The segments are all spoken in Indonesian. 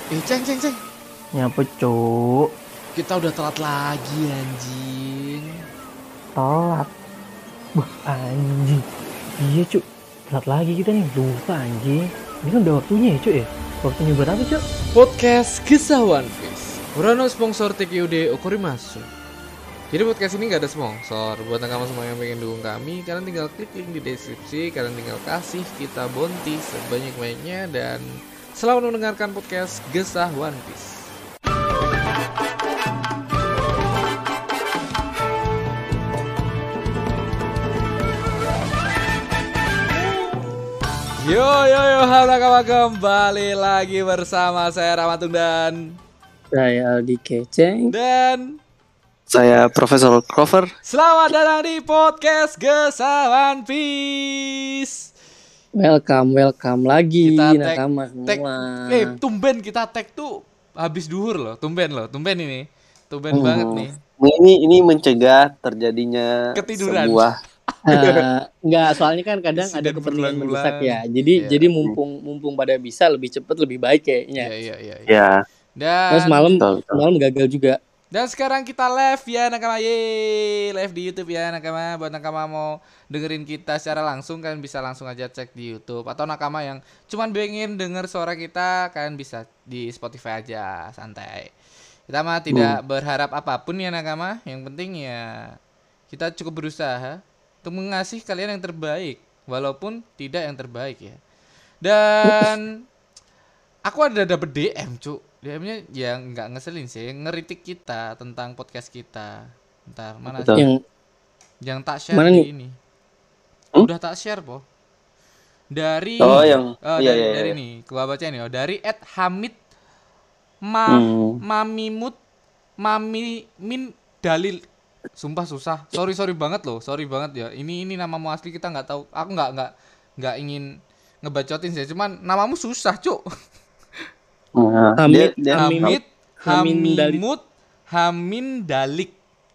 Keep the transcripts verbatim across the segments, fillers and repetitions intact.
Eh ceng ceng ceng, Nyapa cuk? kita udah telat lagi anjing. Telat. Wah anjing. Iya cuk. Telat lagi kita nih. Lupa anjing. Ini kan udah waktunya ya cuk ya. Waktunya buat apa cuk? Podcast Kisah One Piece. Urano sponsor T Q D Okorimasu. Jadi podcast ini gak ada sponsor. Buat kamu semua yang pengen dukung kami, kalian tinggal klik link di deskripsi. Kalian tinggal kasih kita bounty sebanyak-banyaknya. Dan selamat mendengarkan podcast Kisah One Piece. Yo yo yo, halo kawan, kembali lagi bersama saya Ramatung dan Saya Aldi Keceng. dan Saya Profesor Clover. selamat datang di podcast Kisah One Piece. Welcome, welcome lagi Kita tag, nakama tag, semua. eh tumben kita tag tuh habis duhur loh, tumben loh, tumben ini, tumben Hmm. banget nih. Ini ini mencegah terjadinya Ketiduran. sebuah Uh, enggak, soalnya kan kadang Insiden ada keperluan berulang-ulang. mendesak ya. Jadi Iya. jadi mumpung mumpung pada bisa lebih cepat lebih baik kayaknya. Iya iya iya. iya. ya. Dan Terus malam Betul, betul. malam gagal juga. Dan sekarang kita live ya nakama, yeay, live di YouTube ya nakama. Buat nakama mau dengerin kita secara langsung, kalian bisa langsung aja cek di YouTube. Atau nakama yang cuman pengen denger suara kita, kalian bisa di Spotify aja, santai. Kita mah tidak berharap apapun ya nakama. Yang penting ya kita cukup berusaha untuk mengasih kalian yang terbaik, walaupun tidak yang terbaik ya. Dan aku ada dapet D M cuk. D M-nya ya nggak ngeselin sih, ngeritik kita tentang podcast kita. Ntar mana Betul. sih? Yang Yang tak share Mana di nih? ini. Hmm? Udah tak share po. Dari Oh, yang- oh, iya, dari, iya, dari iya. nih, gua baca nih, oh, dari Ed Hamid Ma Hmm. Mamimut Mami Min Dalil. Sumpah susah. Sorry sorry banget loh, sorry banget ya. Ini ini namamu asli kita nggak tahu. Aku nggak nggak nggak ingin ngebacotin sih. Cuman namamu susah cuk. Nah, Hamid, dia, dia, Hamid Hamin Dalik. Hamimut Hamin Dalik.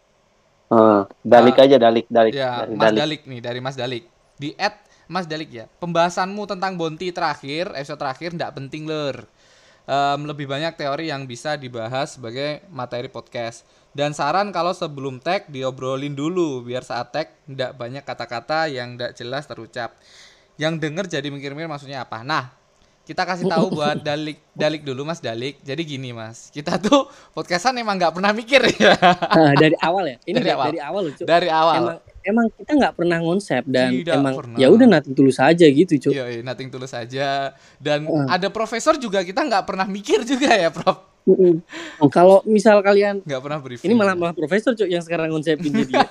Oh, Dalik Ah, aja Dalik Dalik Ya, dari Mas Dalik. Dalik nih, dari Mas Dalik. Di at Mas Dalik ya. Pembahasanmu tentang Bonti terakhir, episode terakhir ndak penting ler. Em, lebih banyak teori yang bisa dibahas sebagai materi podcast. Dan saran kalau sebelum tag diobrolin dulu biar saat tag ndak banyak kata-kata yang ndak jelas terucap. Yang denger jadi mikir-mikir maksudnya apa. Nah, kita kasih tahu buat Dalik Dalik dulu Mas Dalik. Jadi gini Mas, kita tuh podcastan emang nggak pernah mikir ya. Ah, dari awal ya. Ini Dari dari awal. awal, dari awal loh, Cuk. Dari awal. Emang emang kita nggak pernah konsep dan Tidak emang pernah. ya udah nating tulus aja gitu, Cuk. Iya, iya, nothing tulus aja. Dan Heeh. ada profesor juga kita nggak pernah mikir juga ya, Prof. Mm-mm. Kalau misal kalian Nggak pernah briefing. ini malah malah profesor, Cuk, yang sekarang konsepin jadi.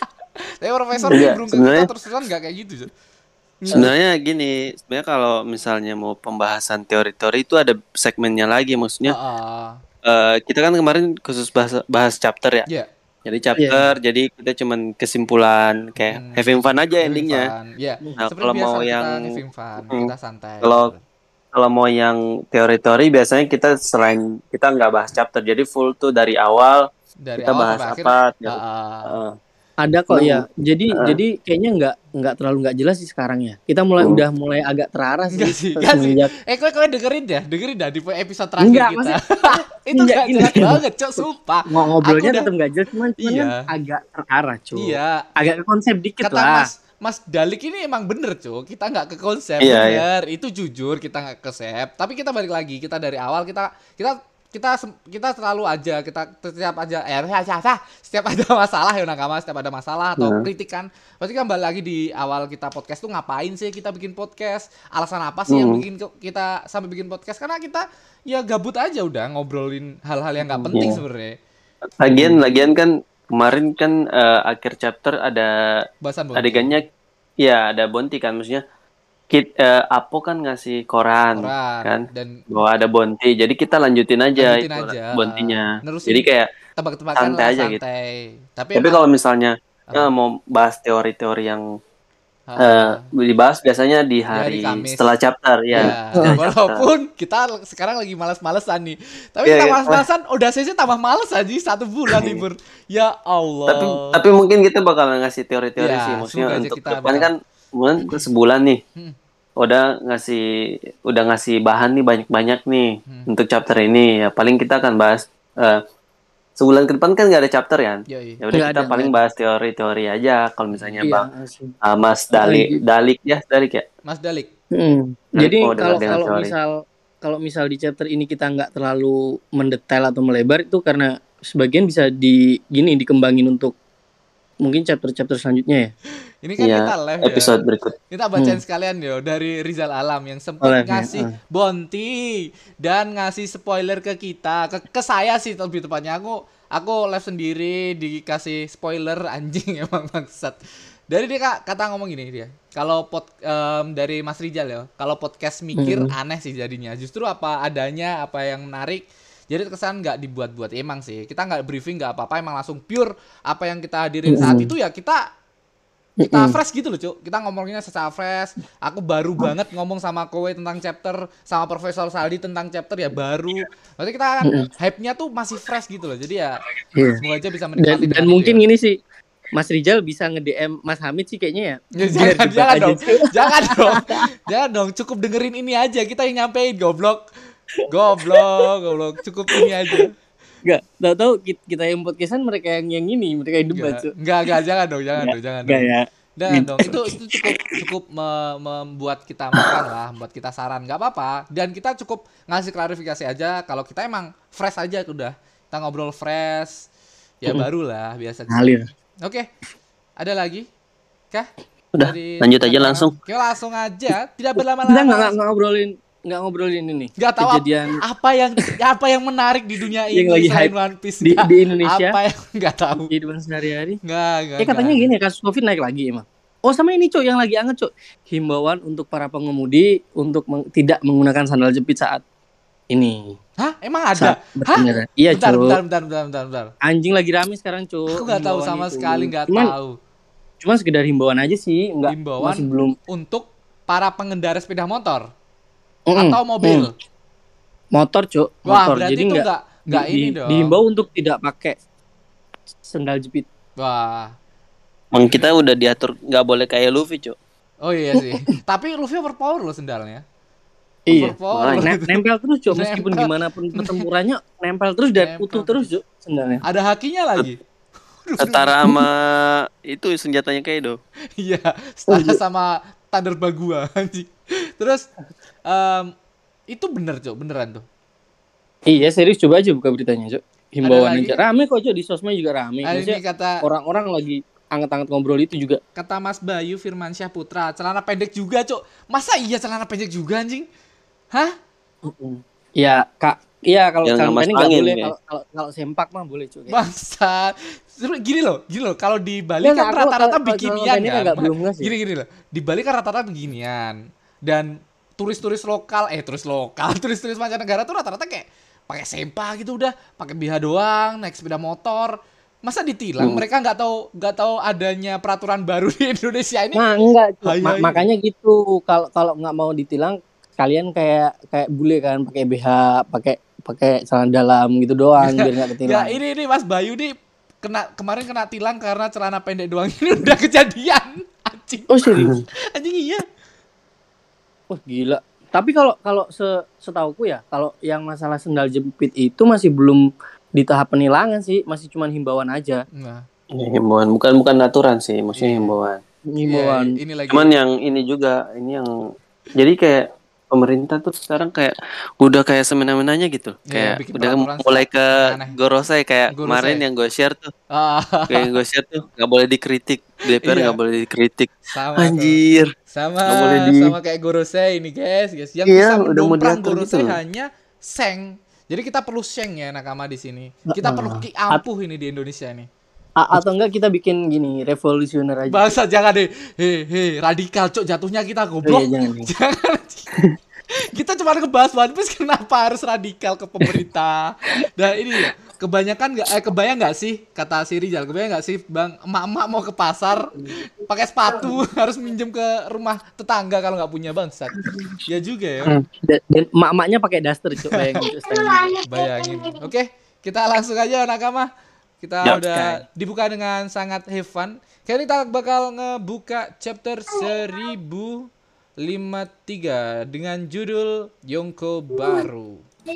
Tapi profesor Iya, nimbrung ke kita sebenarnya- terus-terusan nggak kayak gitu, Cuk. Sebenarnya gini, sebenarnya kalau misalnya mau pembahasan teori-teori itu ada segmennya lagi, maksudnya Heeh. eh, kita kan kemarin khusus bahas, bahas chapter ya. Iya. Jadi chapter, jadi kita cuman kesimpulan kayak Hmm. having fun aja Having endingnya. fun. Iya. Nah, Seperti kalau biasa mau kita yang- having fun, Hmm. kita santai. Kalau- Kalau mau yang teori-teori biasanya kita selain kita nggak bahas chapter, jadi full tuh dari awal Dari kita awal bahas sampai akhir. apa. ya. Heeh. Heeh. Ada kok Hmm. ya. Jadi Heeh. jadi kayaknya nggak nggak terlalu nggak jelas sih sekarang ya. Kita mulai Hmm. udah mulai agak terarah sih. Enggak sih, enggak sih. semenjak- Eh, kowe kowe dengerin dah, dengerin dah di episode terakhir Enggak, kita. Itu Enggak, nggak gini. jelas banget, Cuk, sumpah. Ngo- ngobrolnya Aku udah- tetap nggak jelas, cuman cuman Iya. kan agak terarah, cuy. Iya. Agak ke konsep dikit Kata lah. Mas Mas Dalik ini emang bener cuy, kita nggak ke konsep, Iya, bener, itu jujur kita nggak ke konsep. Tapi kita balik lagi, kita dari awal kita kita kita sem- kita selalu aja kita setiap aja eh setiap ada masalah ya nakama, setiap ada masalah atau Hmm. kritikan, pasti kan balik lagi di awal kita podcast tuh ngapain sih kita bikin podcast, alasan apa sih yang Hmm. bikin ke- kita sampai bikin podcast, karena kita ya gabut aja udah ngobrolin hal-hal yang nggak penting Iya. sebenarnya. Lagian, lagian kan kemarin kan eh, akhir chapter ada Bahasan Bonti. adegannya, ya ada Bonti kan, maksudnya kit eh, Apo kan ngasih koran, Koran, kan, dan bahwa ada Bonti, jadi kita lanjutin aja Lanjutin itu aja. Bontinya. Nerusin. Jadi kayak, tebak-tebakan santai lah, aja santai. gitu. Tapi, tapi emang- kalau misalnya Apa? eh, mau bahas teori-teori yang Ah, eh, dibahas biasanya di Di hari hari Kamis. setelah chapter ya. ya. setelah chapter. Walaupun kita l- sekarang lagi malas-malesan nih, tapi Iya, kita iya. malas-malesan udah sesi tambah males aja satu bulan libur. Ya Allah. Tapi tapi mungkin kita bakal ngasih teori-teori Ya, sih, maksudnya semoga aja untuk kita depan bakal- kan kemudian sebulan nih. Hmm. Oda ngasih udah ngasih bahan nih banyak-banyak nih Hmm. untuk chapter ini. Ya paling kita akan bahas eh, sebulan ke depan kan nggak ada chapter kan. Yoi. Ya udah Nggak kita ada, paling nggak ada. bahas teori-teori aja kalau misalnya Iya, Bang asli. ah, Mas Ah, Dali ji- Dalik ya Dalik ya. Mas Dalik. Mm. Dalik Jadi mau dengar kalau dengan kalau teori. misal kalau misal di chapter ini kita nggak terlalu mendetail atau melebar itu karena sebagian bisa di gini dikembangin untuk mungkin chapter-chapter selanjutnya ya. Ini kan Iya, kita live ya. episode berikut. Kita bacain Hmm. sekalian yo dari Rizal Alam yang sempet Oleh, ngasih ya, ah. bounty dan ngasih spoiler ke kita, ke, ke saya sih lebih tepatnya. Aku aku live sendiri dikasih spoiler anjing emang bangsat. Dari dia kak kata ngomong gini dia. Kalau pod em, dari Mas Rizal ya, kalau podcast mikir Hmm. aneh sih jadinya. Justru apa adanya, apa yang menarik. Jadi kesan nggak dibuat-buat emang sih. Kita nggak briefing nggak apa-apa, emang langsung pure apa yang kita hadirin saat Mm-mm. itu ya kita kita Mm-mm. fresh gitu loh cuk, kita ngomonginnya secara fresh. Aku baru banget ngomong sama kowe tentang chapter, sama Profesor Saldi tentang chapter ya baru. Berarti kita kan Mm-mm. hype-nya tuh masih fresh gitu loh. Jadi ya Iya. semoga aja bisa Dan, menikmati dan dengan mungkin itu ya. gini sih, Mas Rijal bisa nge-D M Mas Hamid sih kayaknya ya. Ya, Biar jangan, debat jangan aja, dong, cuy. jangan dong, jangan dong. Cukup dengerin ini aja, kita yang nyampein goblok, goblok, goblok. Cukup ini aja. Nggak, tahu-tahu ki- kita yang podcastan mereka yang yang ini, mereka yang debat. Enggak, Cuy. enggak, enggak, jangan dong, jangan Nggak, dong, jangan nggak dong. ya. Jangan Gitu. dong, itu itu cukup cukup me- membuat kita makan lah, membuat kita saran, nggak apa-apa. Dan kita cukup ngasih klarifikasi aja kalau kita emang fresh aja udah. Kita ngobrol fresh, ya Mm-mm. baru lah biasa. gitu. Ngalir. Oke, ada lagi? Kah? Udah, Dari lanjut aja teman-teman? langsung. Oke, langsung aja, tidak Kita berlama-lama. nggak nggak nggak ngobrolin nggak ngobrolin ini. Nggak tahu ap- kejadian apa yang apa yang menarik di dunia Yang ini lagi selain hype One Piece. di, Nggak. di Indonesia. Apa yang nggak tahu? Kehidupan sehari-hari. Nggak, nggak. Eh katanya nggak. gini kasus Covid naik lagi emang. Oh sama ini cok yang lagi anget cok. Himbauan untuk para pengemudi untuk meng- tidak menggunakan sandal jepit saat ini. Hah? Emang ada? Saat berkendara. Iya Bentar, cok. bentar, bentar, bentar, bentar, bentar. Anjing lagi rame sekarang cok. Aku nggak tahu himbauan sama itu. sekali, nggak Cuman, tahu. Cuman sekedar himbauan aja sih, nggak Himbauan masih belum. untuk para pengendara sepeda motor Mm-mm, atau mobil. mm. Motor cok. Wah, Motor. berarti Jadi itu nggak nggak nggak di- ini di- dong. dihimbau untuk tidak pakai sandal jepit. Wah. Emang kita udah diatur nggak boleh kayak Luffy, Cuk. Oh iya sih. Tapi Luffy overpower loh sendalnya. Iya. Overpower. Nem- nempel terus cok meskipun Nempel. gimana pun pertempurannya nempel terus dan Nempel utuh terus cok sendalnya. Ada hakinya lagi. Setara sama itu senjatanya Kaido. Iya, setara sama Thunder Bagua anjing. Terus em, itu bener, Cok, beneran tuh. Iya serius coba aja buka beritanya cok. Himbauan lagi? aja. Rame kok cok di sosmed juga rame. Ah, ini Maksudnya kata orang-orang lagi anget-anget ngobrol itu juga. kata Mas Bayu Firmansyah Putra, celana pendek juga, Cok. Masa iya celana pendek juga anjing? Hah? Ya kak. Iya kalau Yang kalau ngemas ini nggak angin, boleh. kayak. Kalau kalau kalau sempak mah boleh cok. Bangsat. Terus gini loh, gini loh. Kalau di Bali Nggak, kan nggak, rata-rata kalau- kalau bikinian celana pendek kan. agak belum nggak sih? Gini gini loh. Di Bali kan rata-rata beginian. Dan turis-turis lokal, eh turis lokal, turis-turis mancanegara tuh rata-rata kayak pakai sempak gitu udah, pakai B H doang, naik sepeda motor. Masa ditilang? Hmm. Mereka nggak tahu nggak tahu adanya peraturan baru di Indonesia ini. Nah enggak Cok. Hai, Ma- hai. makanya gitu. Kalau kalau nggak mau ditilang kalian kayak kayak bule kan pakai B H, pakai pakai celana dalam gitu doang biar nggak Ya ketilang. ini ini Mas Bayu nih kena kemarin kena tilang karena celana pendek doang ini udah kejadian. Anjing. Oh serius? Anjing iya. Wah gila. Tapi kalau kalau se setauku ya, kalau yang masalah sendal jepit itu masih belum di tahap penilangan sih, masih cuman himbauan aja. Nah, Ya, himbauan bukan bukan aturan sih, maksudnya Iya. himbauan. Himbauan. iya, ini lagi. Cuman yang ini juga, ini yang jadi kayak pemerintah tuh sekarang kayak udah kayak semena-menanya gitu. Iya, Kayak bikin udah peraturan mulai ke aneh. Gorosei kayak Gorosei. kemarin yang gue share tuh. Ah, Kayak yang gue share tuh nggak boleh dikritik. D P R Iya. nggak boleh dikritik. sama tuh. Anjir. Sama Nggak boleh di- sama kayak Gorosei ini guys, guys. Yang Iya, bisa udah mau mendomprang diatur Gorosei gitu. hanya Seng. Jadi kita perlu Seng ya nakama di sini. Kita perlu Ki Ampuh ini di Indonesia ini. A- atau enggak kita bikin gini, revolusioner aja. Bangsa jangan deh. Hei, hei, radikal cok jatuhnya kita Oh, goblok. iya, jangan. Jangan. Kita cuma ngebahas One Piece, kenapa harus radikal ke pemerintah? Dan ini ya, kebanyakan nggak, eh kebayang nggak sih kata si Rizal, kebayang nggak sih bang emak-emak mau ke pasar pakai sepatu harus minjem ke rumah tetangga kalau nggak punya bangsat. Ya juga ya, Hmm. Dan, dan emak-emaknya pakai daster cok bayangin cok, standing. bayangin. Oke, kita langsung aja nakama. Kita Ya, udah dibuka dengan sangat have fun. Kali ini kita bakal ngebuka chapter seribu lima tiga dengan judul Yonko Baru.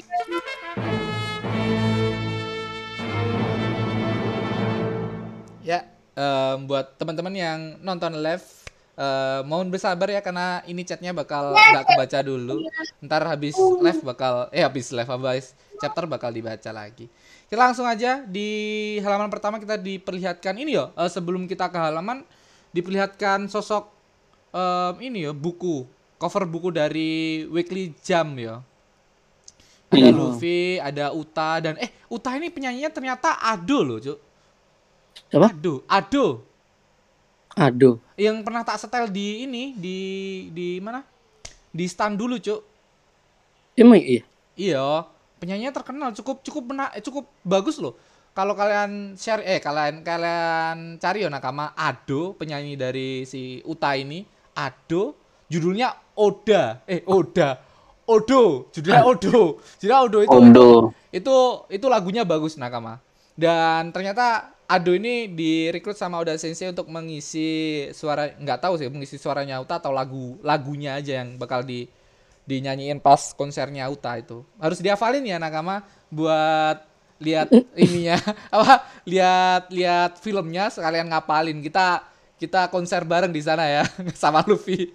Ya, em, buat teman-teman yang nonton live, eh, mohon bersabar ya karena ini chatnya bakal nggak kebaca dulu. Ntar habis live bakal, eh habis live habis chapter bakal dibaca lagi. Kita langsung aja di halaman pertama kita diperlihatkan ini yo. eh, sebelum kita ke halaman diperlihatkan sosok em, ini yo buku cover buku dari Weekly Jump ya. Ada Hmm. Luffy, ada Uta dan eh Uta ini penyanyinya ternyata Ado loh, Cuk. Siapa? Ado, Ado. Aduh. Yang pernah tak setel di ini di di mana? Di stand dulu, Cuk. Emang iya. Iya, penyanyinya terkenal, cukup cukup mena, eh, cukup bagus loh. Kalau kalian share eh kalian kalian cari ya nakama Ado, penyanyi dari si Uta ini, Ado, judulnya Oda. Eh, Oda. Odo, judulnya Odo. Judulnya Odo itu Odo. itu itu lagunya bagus nakama. Dan ternyata Ado ini direkrut sama Oda Sensei untuk mengisi suara, nggak tahu sih mengisi suaranya Uta atau lagu lagunya aja yang bakal di dinyanyiin pas konsernya Uta itu. Harus dihafalin ya nakama buat lihat ininya apa lihat lihat filmnya sekalian ngapalin. Kita kita konser bareng di sana ya sama Luffy.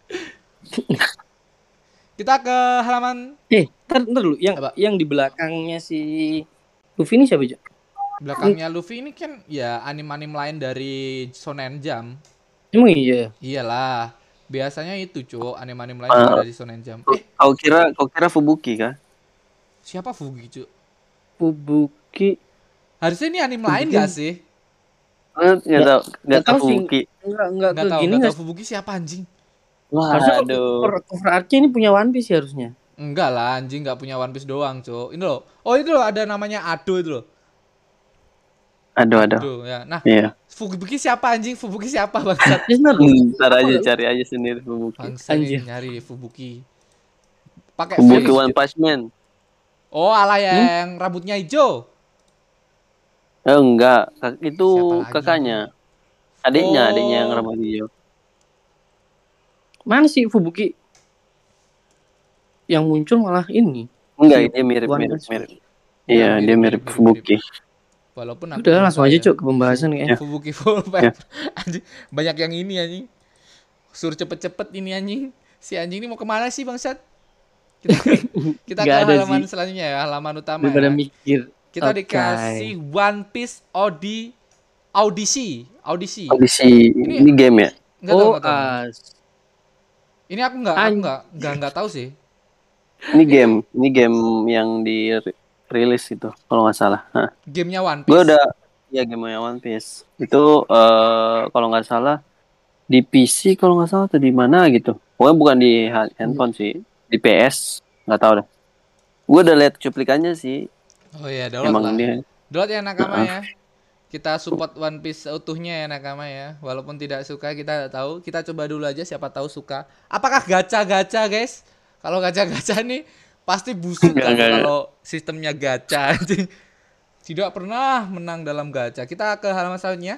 Kita ke halaman Eh, ntar, ntar dulu. Yang Apa? yang di belakangnya si Luffy ini siapa, Cok? belakangnya Luffy ini kan ya anim-anim lain dari Shonen Jump. Emang iya. Iyalah, biasanya itu Cuk, anim-anim lain Ah. juga dari Shonen Jump. Eh, Kau kira kau kira Fubuki kah? siapa Fugi Cuk? Fubuki. Harusnya ini anim lain gak sih? Eh, Nggak tahu, nggak nggak tahu tahu sih. Fubuki. Enggak enggak Nggak ke tahu, gini nggak enggak. tahu Fubuki siapa anjing. Harusnya Waduh. cover, cover artnya ini punya One Piece ya harusnya. Enggak lah, anjing nggak punya One Piece doang, Cuk. Ini loh. Oh, itu loh ada namanya Ado itu loh. Aduh, aduh. Ado ya. Nah, Iya. Fubuki siapa anjing? Fubuki siapa bangsat? Ya benar. Hmm, Ntar aja cari aja sendiri Fubuki. Bangsat ini Anjir. nyari Fubuki. Pakai Fubuki face. One Punch Man. Oh, ala yang rambutnya hijau. Eh enggak, Kak- itu Siapa lagi? kakaknya. Adiknya, Oh. adiknya yang rambut hijau. Mana sih Fubuki? Yang muncul malah ini. Enggak, Iya, dia mirip One mirip Punch mirip. Ya, Iya, mirip, dia mirip, mirip mirip, Fubuki. Walaupun aku Udah langsung lupa aja, ya. Cok, ke pembahasan kayaknya. Fubuki full paper. Anjing, banyak yang ini anjing. Suruh cepet-cepet ini anjing. Si anjing ini mau kemana sih bangsat? Kita, kita ke Nggak ada halaman sih. selanjutnya ya, halaman utama Daripada ya. mikir. Kita Oke. dikasih One Piece Audi audisi, audisi. Audisi Ini- ini game ya? Enggak tahu, Oh, enggak tahu. as. Ini aku enggak, aku Anj- enggak, enggak enggak tahu sih. Ini game, ini game yang di rilis itu kalau nggak salah. Hah. Gamenya One Piece. Gue udah ya game yang One Piece. Itu eh, kalau nggak salah di P C kalau nggak salah atau di mana gitu. Pokoknya bukan di ha- handphone sih, di P S nggak tahu dah. Gue udah lihat cuplikannya sih. Oh iya, download Emang lah. dia Download ya nakama ya. Kita support One Piece utuhnya ya nakama ya. Walaupun tidak suka kita tak tahu. Kita coba dulu aja siapa tahu suka. Apakah gacha-gacha guys? Kalau gacha-gacha nih pasti busuk Enggak, kan enggak, kalau sistemnya gacha anjing. Tidak pernah menang dalam gacha. Kita ke halaman selanjutnya.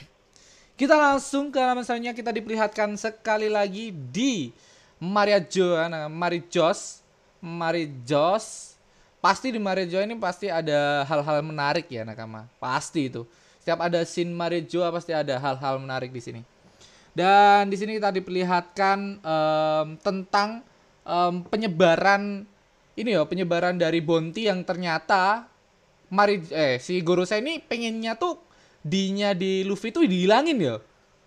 Kita langsung ke halaman selanjutnya. Kita diperlihatkan sekali lagi di Mariajo, nah, Marijos, Marijos. Pasti di Marijo ini pasti ada hal-hal menarik ya nakama. Pasti itu. Setiap ada scene Marijo pasti ada hal-hal menarik di sini. Dan di sini kita diperlihatkan em, tentang em, penyebaran ini ya, penyebaran dari Bonti yang ternyata Mari eh si Gorosei ini pengennya tuh D-nya di Luffy tuh dihilangin ya.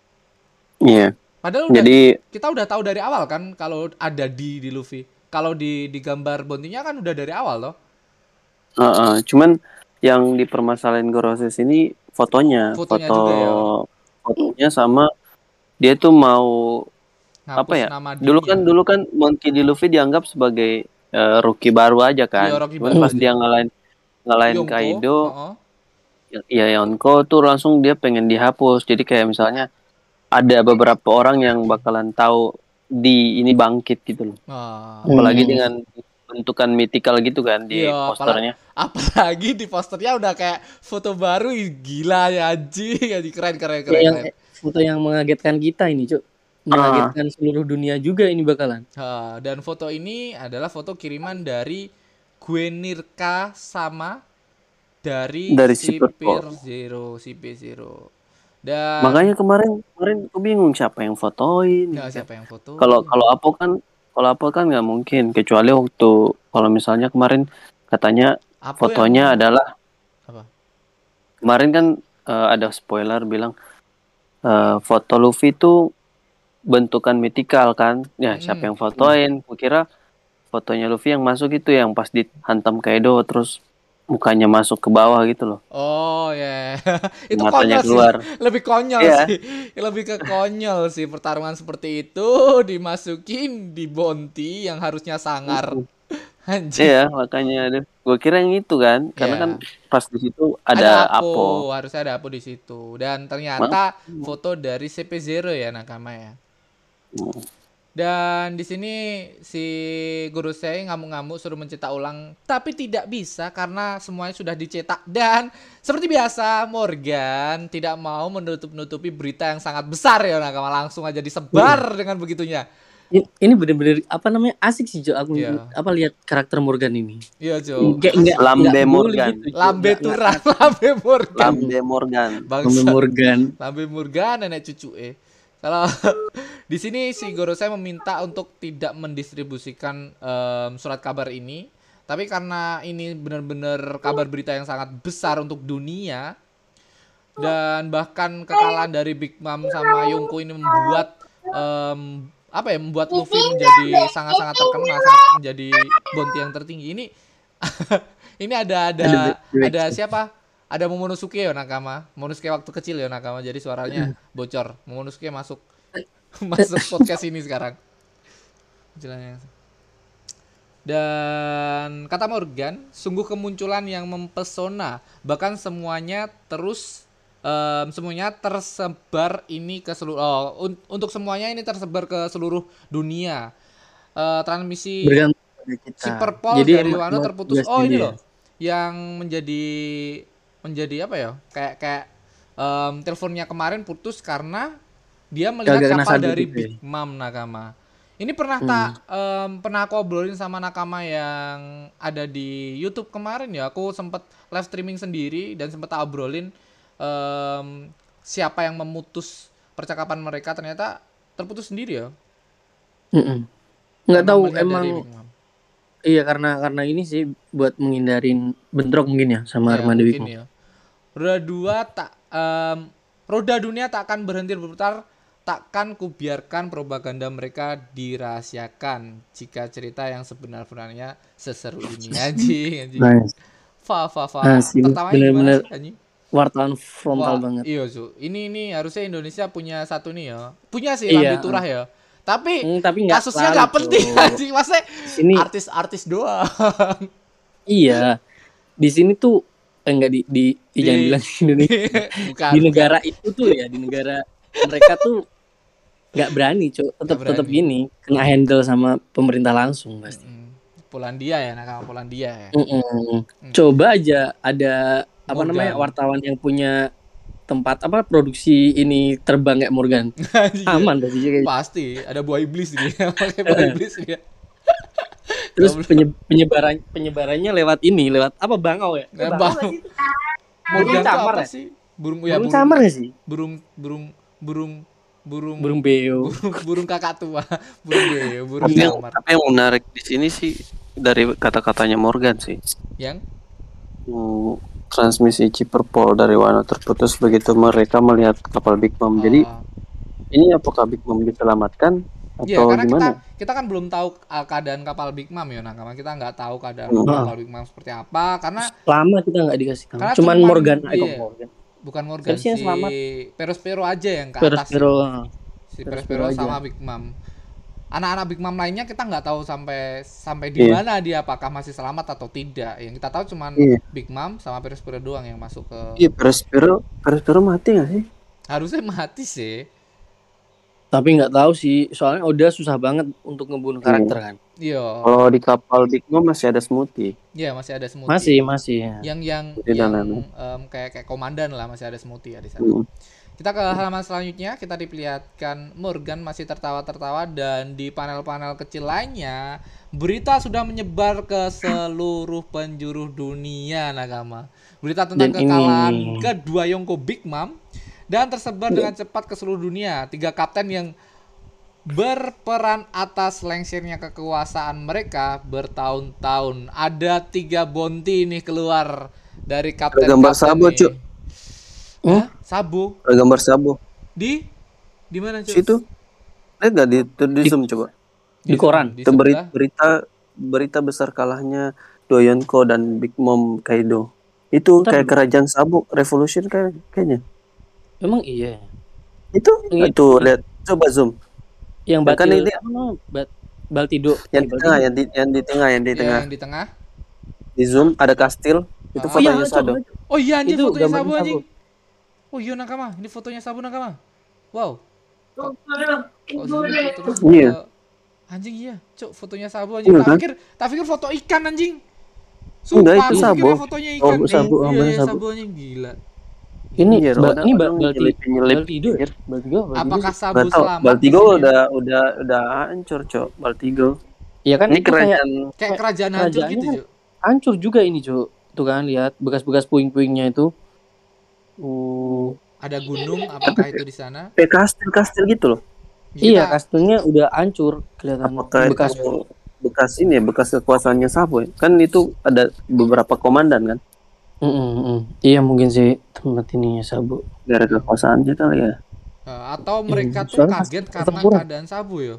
iya. Padahal udah Jadi kita udah tahu dari awal kan kalau ada D di Luffy. Kalau di di gambar Bontinya kan udah dari awal loh. eh, eh, cuman yang dipermasalahin Goroses ini fotonya, Fotonya foto juga ya. fotonya sama dia tuh mau Ngapus apa ya? nama Dulu D-nya. kan dulu kan Monkey D. Luffy dianggap sebagai eh, rookie baru aja kan. Iya, rookie Cuman baru pas aja. dia ngalahin ngalahin Yonko, Kaido, heeh. ya Yonko tuh langsung dia pengen dihapus. Jadi kayak misalnya ada beberapa orang yang bakalan tahu di ini bangkit gitu loh. Nah, Apalagi Hmm. dengan bentukan mythical gitu kan di Iya, posternya. apalagi di posternya udah kayak foto baru, ih, gila ya anjing, anjing keren keren Ya, keren. yang keren. foto yang mengagetkan kita ini, Cuk. mengagetkan seluruh dunia juga ini bakalan. Ha, dan foto ini adalah foto kiriman dari Guenirka sama dari, Dari Sipir Superpole. Zero, Sipir Zero. Dan Makanya kemarin kemarin aku bingung siapa yang fotoin. nggak siapa yang foto. Kalau kalau Apo kan kalau Apo kan nggak mungkin, kecuali waktu kalau misalnya kemarin katanya Apa fotonya yang- adalah apa? kemarin kan eh, ada spoiler bilang eh, foto Luffy itu bentukan mythical kan. Ya, Mm-mm. siapa yang fotoin? Kukira fotonya Luffy yang masuk itu yang pas dihantam Kaido terus mukanya masuk ke bawah gitu loh. Oh ya, itu Matanya konyol keluar. sih, lebih konyol Iya. sih, lebih ke konyol sih pertarungan seperti itu dimasukin di Bonti yang harusnya sangar, anjir. Iya, makanya aduh, gua kira yang itu kan, karena Iya. kan pas di situ ada, Apo, Apo. harusnya ada Apo di situ dan ternyata foto dari C P Zero ya Nakama ya. Hmm. Dan di sini si Gorosei ngamuk-ngamuk suruh mencetak ulang, tapi tidak bisa karena semuanya sudah dicetak. Dan seperti biasa Morgan tidak mau menutup-nutupi berita yang sangat besar ya Nakama, langsung aja disebar dengan begitunya. Ini, ini bener-bener apa namanya asik sih Jo, aku Iya. apa lihat karakter Morgan ini. Iya Jo, Kayak enggak Lambe enggak bully Morgan. gitu, Jo. Lambe Enggak- Turah, Lambe Morgan, Lambe Morgan. enggak- bangsa. Lambe Morgan. Lambe Morgan nenek cucu eh. Kalau di sini si Gorosei meminta untuk tidak mendistribusikan em, surat kabar ini, tapi karena ini benar-benar kabar berita yang sangat besar untuk dunia dan bahkan kekalahan dari Big Mom sama Yonko ini membuat em, apa ya membuat Luffy menjadi sangat-sangat terkenal, sangat menjadi bounty yang tertinggi. Ini ini ada ada Ada- ada siapa? Ada Momonosuke ya Nakama. Momonosuke waktu kecil ya Nakama. Jadi suaranya bocor. Momonosuke masuk masuk podcast ini sekarang. Jalannya. Dan kata Morgan, sungguh kemunculan yang mempesona. Bahkan semuanya terus em, semuanya tersebar ini ke seluruh oh, un- untuk semuanya ini tersebar ke seluruh dunia. Eh, transmisi Bergantung pada kita. si Purple Jadi dari emang- Wano emang terputus. tugas Oh ini dia. loh, yang menjadi menjadi apa ya? Kayak kayak em, teleponnya kemarin putus karena dia melihat Kagak kena kapal sabit dari gitu ya. Big Mom Nakama. Ini pernah Hmm. tak em, pernah aku obrolin sama Nakama yang ada di YouTube kemarin ya. Aku sempet live streaming sendiri dan sempet tak obrolin em, siapa yang memutus percakapan mereka, ternyata terputus sendiri ya. Mm-mm. Nggak Karena tahu melihat dari emang Big Mom. iya karena karena ini sih buat menghindarin bentrok mungkin ya sama Ya, Armada Big mungkin Mom. ya. Roda dua tak em, roda dunia tak akan berhenti berputar, takkan kubiarkan propaganda mereka dirahasiakan jika cerita yang sebenar-benarnya seseru ini anjing anjing. Nice. Fa fa fa. Asik, Tertawanya gimana bener-bener sih anjing? Wartawan frontal Wah, banget. iya Zu. Ini ini harusnya Indonesia punya satu nih ya. Punya sih Iya. Lambe Turah ya. Tapi Hmm, tapi nggak kasusnya selalu, nggak penting Cok. anjing. Maksudnya Di sini artis-artis doang. iya. Di sini tuh eh, enggak di di, di Di- jangan bilang di Indonesia. Bukan. Di negara itu tuh ya, di negara mereka tuh nggak berani, Cok. Tetap Nggak tetap berani. gini kena handle sama pemerintah langsung pasti. Mm, Polandia ya, nakama Polandia ya. Mm-mm. Coba aja ada apa Morgan. namanya wartawan yang punya tempat apa produksi ini terbang kayak Morgan. Aman pasti kayak. Pasti ada buah iblis dia, pakai buah iblis dia. Terus penye- penyebaran penyebarannya lewat ini, lewat apa bangau ya? Nah, Bangau bang. nggak sih? Morgan Burung tuh camar apa ya? sih? Burung ya Burung burung camar nggak sih? burung burung burung burung Burung beo. burung, burung kakak tua, burung beo, burung Tapi yang, camar. tapi yang menarik di sini sih dari kata-katanya Morgan sih. Yang Hmm, transmisi Ciperpol dari Wano terputus begitu mereka melihat kapal Big Mom. Jadi oh, ini apakah Big Mom diselamatkan iya, atau karena kita gimana? kita kan belum tahu uh, keadaan kapal Big Mom ya, nakama. Kita nggak tahu keadaan Hmm. kapal Big Mom seperti apa karena Lama kita nggak dikasih tahu. Karena Cuman cuman- Morgan, eh, iya. kok Morgan. bukan Morgan Siapa sih yang si selamat? Perospero aja yang ke Peros atas. ya. Pero. Si Perospero Perospero aja. sama Big Mom. Anak-anak Big Mom lainnya kita nggak tahu sampai sampai di Iya. mana dia, apakah masih selamat atau tidak. Yang kita tahu cuman Iya. Big Mom sama Perospero doang yang masuk ke. Iya, Perospero, Perospero mati nggak sih? Harusnya mati sih. Tapi nggak tahu sih, soalnya Oda susah banget untuk ngebunuh karakter kan. Iya. Kalau di kapal Big Mom masih ada Smoothie. Iya, masih ada Smoothie. Masih, masih. Ya. Yang yang Smoothie dan yang lain-lain. em, kayak kayak komandan lah, masih ada Smoothie ya di sana. Hmm. Kita ke halaman selanjutnya, kita diperlihatkan Morgan masih tertawa-tertawa dan di panel-panel kecil lainnya berita sudah menyebar ke seluruh penjuru dunia nakama. Berita tentang Dan kekalahan ini- kedua Yonko Big Mom dan tersebar dengan cepat ke seluruh dunia. Tiga kapten yang berperan atas lengsernya kekuasaan mereka bertahun-tahun. Ada tiga bounty nih keluar dari kapten. Ada gambar Sabo, Cuk. Hah? Sabo Ada gambar Sabo. di di mana Cuk? Situ. Lihat gak di, di, zoom coba. Di koran. di Itu beri- sebelah. berita berita besar kalahnya Doyonko dan Big Mom Kaido. Itu Bentar kayak dulu. kerajaan Sabo Revolution kayak kayaknya. Emang iya. Itu Iya. itu lihat coba zoom. Yang Ya kan Batil, ini- apa namanya? Bat, Baltido. Yang Eh, di Baltido. tengah, yang di yang di tengah, yang di Ya, tengah. yang di tengah. Di zoom ada kastil. Itu Ah. fotonya Iya, Sado. coba. Oh iya anjing, Itu fotonya gambarnya Sabu anjing. Sabu. Oh iya nakama, ini fotonya Sabu nakama. Wow. Kok, kok zoom terus Iya. ke- anjing iya, Cuk, fotonya Sabu anjing. Iya, Tak kan? pikir, tak pikir foto ikan anjing. Enggak, Sumpah, itu aku Sabu. kira fotonya ikan. Oh, Sabu, iya, gambarnya iya, Sabu. Sabu anjing gila. Ini Iya, ba- orang- ini ba- orang Balti, nyelip-nyelip. Baltido ya? Baltido, Baltido. Apakah Sabu Nggak tahu, selamat? Baltigo di sini? udah udah udah hancur, Cok. Baltigo. Iya kan Ini itu kayak kerajaan Kayak kerajaan hancur kerajaannya gitu, kan Cuk. hancur juga ini, Cuk. Tuh kan lihat bekas-bekas puing-puingnya itu. oh, Ada gunung, apakah itu di sana? kayak kastil-kastil gitu loh. Iya, Kita- kastilnya udah hancur kelihatan Apakah bekas. itu bekas ini ya, bekas kekuasaannya Sabo ya? Kan itu ada beberapa komandan kan? Mm, mm, mm. Iya mungkin sih tempat ininya Sabu. Gara kekuasaannya kali ya. Eh, atau mereka tuh soalnya kaget pas- karena kurang. keadaan Sabu ya.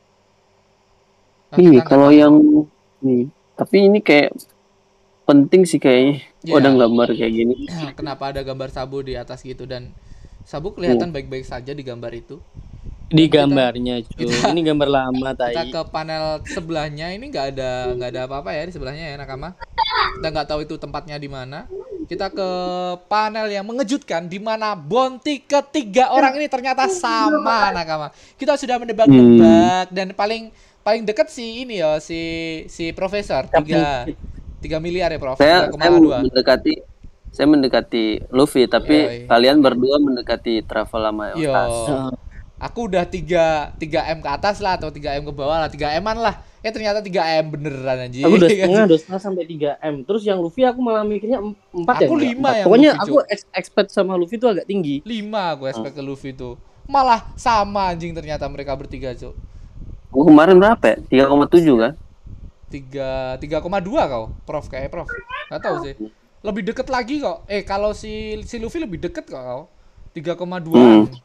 Nah, Iya, kita nggak kalau tahu. yang nih, tapi ini kayak penting sih kayaknya. Iya. Oh, ada gambar kayak gini. Kenapa ada gambar Sabu di atas gitu dan Sabu kelihatan baik-baik saja di gambar itu. Di Kita- gambarnya, Cuk. kita- Ini gambar lama Kita tai. ke panel sebelahnya ini nggak ada nggak ada apa-apa ya di sebelahnya ya nakama. Kita nggak tahu itu tempatnya di mana. Kita ke panel yang mengejutkan di mana bounty ketiga orang ini ternyata sama nakama. Kita sudah menebak-nebak dan paling paling dekat sih ini ya si si profesor tiga tiga miliar ya Prof. Saya tiga saya koma dua. mendekati saya mendekati Luffy, tapi Iya, iya. kalian berdua mendekati Travel sama Yo. Otas. Heeh. Aku udah tiga tiga M ke atas lah atau tiga M ke bawah lah, tiga M-an lah. Eh ternyata tiga M beneran anjing. Aku udah setengah, udah setengah sampai tiga M. Terus yang Luffy aku malah mikirnya em- empat ya. Aku enggak? lima Empat. yang Pokoknya Luffy, aku ex- expect sama Luffy itu agak tinggi. lima gue expect ke Luffy tuh. Malah sama anjing ternyata mereka bertiga, Cuk. Gua kemarin berapa ya? tiga koma tujuh kan? tiga tiga koma dua kau, Prof kayak Prof. Enggak tahu sih. Lebih deket lagi kok. Eh kalau si si Luffy lebih deket kok kau. tiga koma dua. Hmm.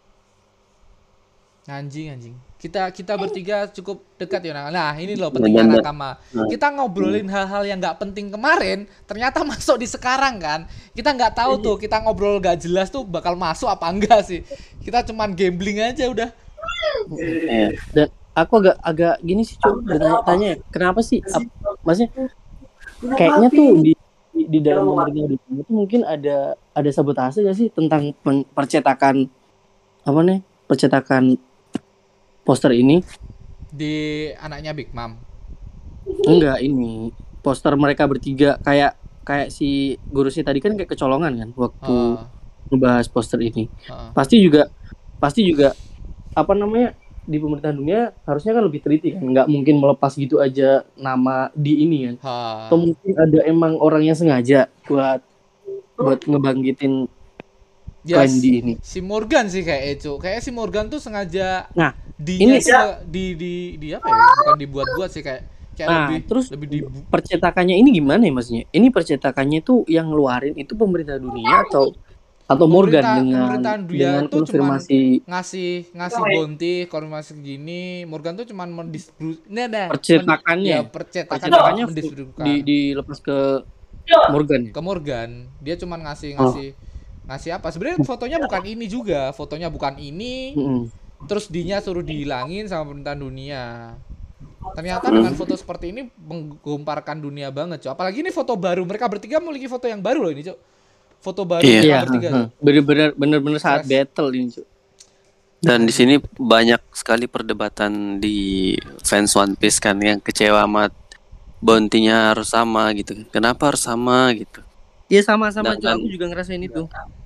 Anjing anjing. Kita kita bertiga cukup dekat ya. Nah, Nah, ini loh pentingnya Bener. nakama. Kita ngobrolin hal-hal yang nggak penting kemarin, ternyata masuk di sekarang kan. Kita nggak tahu tuh, kita ngobrol gak jelas tuh bakal masuk apa enggak sih. Kita cuman gambling aja udah. Iya. Dan aku agak agak gini sih, Cuk. Bertanya-tanya, kenapa sih? Ap- maksudnya kayaknya tuh di di, di dalam pemerintah dunia itu mungkin ada ada sabotase gak sih tentang pen- percetakan apa nih? Percetakan poster ini. Di anaknya Big Mom. Enggak, ini poster mereka bertiga kayak kayak si Gurusi tadi kan kayak kecolongan kan waktu Ah, ngebahas poster ini. ah. Pasti juga pasti juga apa namanya di pemerintahan dunia harusnya kan lebih teliti kan, nggak mungkin melepas gitu aja nama di ini kan. Ha. Atau mungkin ada emang orang yang sengaja buat buat ngebangkitin Ya, klaim di ini. si Morgan sih kayak Eco. Kayak si Morgan tuh sengaja Nah, dinya ini- itu di di di apa ya? Bukan dibuat-buat sih kayak kayak Nah, lebih terus lebih di percetakannya ini gimana ya maksudnya? Ini percetakannya tuh yang ngeluarin itu pemerintah dunia atau atau Morgan Pemerintah- dengan pemerintahan dunia dengan tuh konfirmasi ngasih ngasih bounty konfirmasi gini. Morgan tuh cuman mendistribusi nah, nah, Percetakannya. men- ya, percetakan percetakannya mendistribusikan di dilepas ke Morgan ya? ke Morgan. Dia cuman ngasih ngasih ngasih apa? Sebenarnya fotonya bukan ini juga. Fotonya bukan ini. Mm-mm. Terus dinya suruh dihilangin sama pemerintahan dunia. Ternyata dengan foto seperti ini menggemparkan dunia banget, Cok. Apalagi ini foto baru. Mereka bertiga memiliki foto yang baru loh ini, Cok. Foto baru Iya. mereka Iya, bertiga. heeh. bener-bener bener-bener saat Fresh. battle ini, Cuk. Dan di sini banyak sekali perdebatan di fans One Piece kan yang kecewa sama bounty-nya harus sama gitu. Kenapa harus sama gitu? Iya sama-sama, Dan- Cuk. Aku juga ngerasain itu.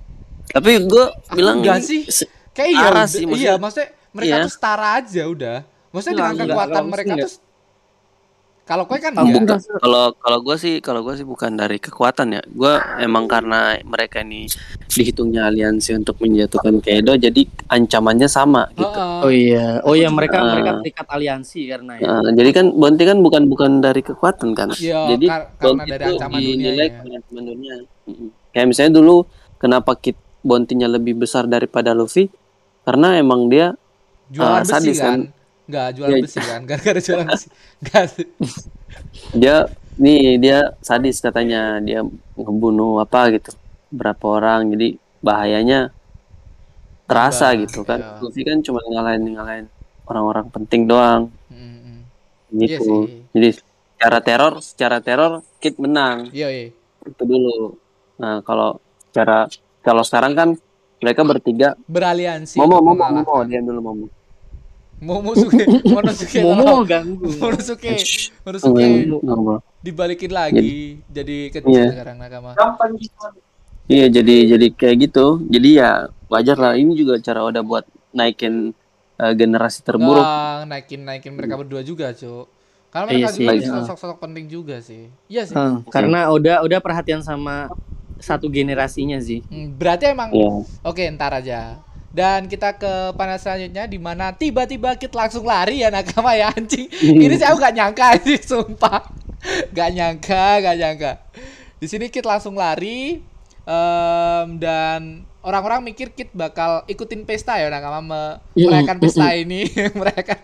Tapi gue bilang enggak ini sih. se- Kayak iya, arah udah- sih, iya, maksudnya- maksudnya mereka iya. tuh setara aja udah. Maksudnya Enggak, dengan enggak, kekuatan enggak, mereka enggak. tuh kalau kowe kan Aku enggak. Bukan. merasa- Kalau kalau gue sih kalau gue sih bukan dari kekuatan ya. Gue emang karena mereka ini dihitungnya aliansi untuk menjatuhkan Kaido, jadi ancamannya sama gitu. Heeh. Oh iya, oh Aku iya juga- mereka Ah. mereka terikat aliansi karena ya. Nah, jadi kan Bounty kan bukan bukan dari kekuatan kan. Iya, jadi kar- karena Bounty dari itu ancaman dunia dinilai ya. karena ancaman dunia. Mm-mm. Kayak misalnya dulu kenapa Kid Bounty-nya lebih besar daripada Luffy? Karena emang dia Jualan Ah, besi sadis kan? kan? Enggak, jualan Iya. besi kan? Gara-gara jualan besi. Enggak. dia nih dia sadis katanya, dia ngebunuh apa gitu berapa orang, jadi bahayanya terasa Nambah, gitu kan. iya. Luffy kan cuma ngalahin ngalahin orang-orang penting doang Mm-mm. gitu. Iya sih. Jadi secara teror secara teror Kid menang Iya, iya. itu dulu. Nah kalau cara kalau sekarang kan mereka bertiga Beraliansi. Momo untuk Momo Momo mengalahkan. dia dulu Momo. Momosuke, Momosuke, Momo ganggu. Momosuke, Shh. Momosuke Momo. dibalikin lagi jadi kecil Iya. sekarang nakama. Iya jadi jadi kayak gitu. Jadi ya wajar lah, ini juga cara Oda buat naikin uh, generasi terburuk. Nggak, naikin naikin mereka berdua juga, Cuk. Karena Iya mereka sih, juga iya. sosok-sosok penting juga sih. Iya sih. Ah, karena udah udah perhatian sama satu generasinya sih. Hmm, berarti emang Iya. oke, ntar aja. Dan kita ke panel selanjutnya di mana tiba-tiba Kid langsung lari ya nakama ya anjing. Ini sih aku gak nyangka sih sumpah. Gak nyangka, gak nyangka. Di sini Kid langsung lari em, dan orang-orang mikir Kid bakal ikutin pesta ya nakama me- merayakan pesta ini, merayakan.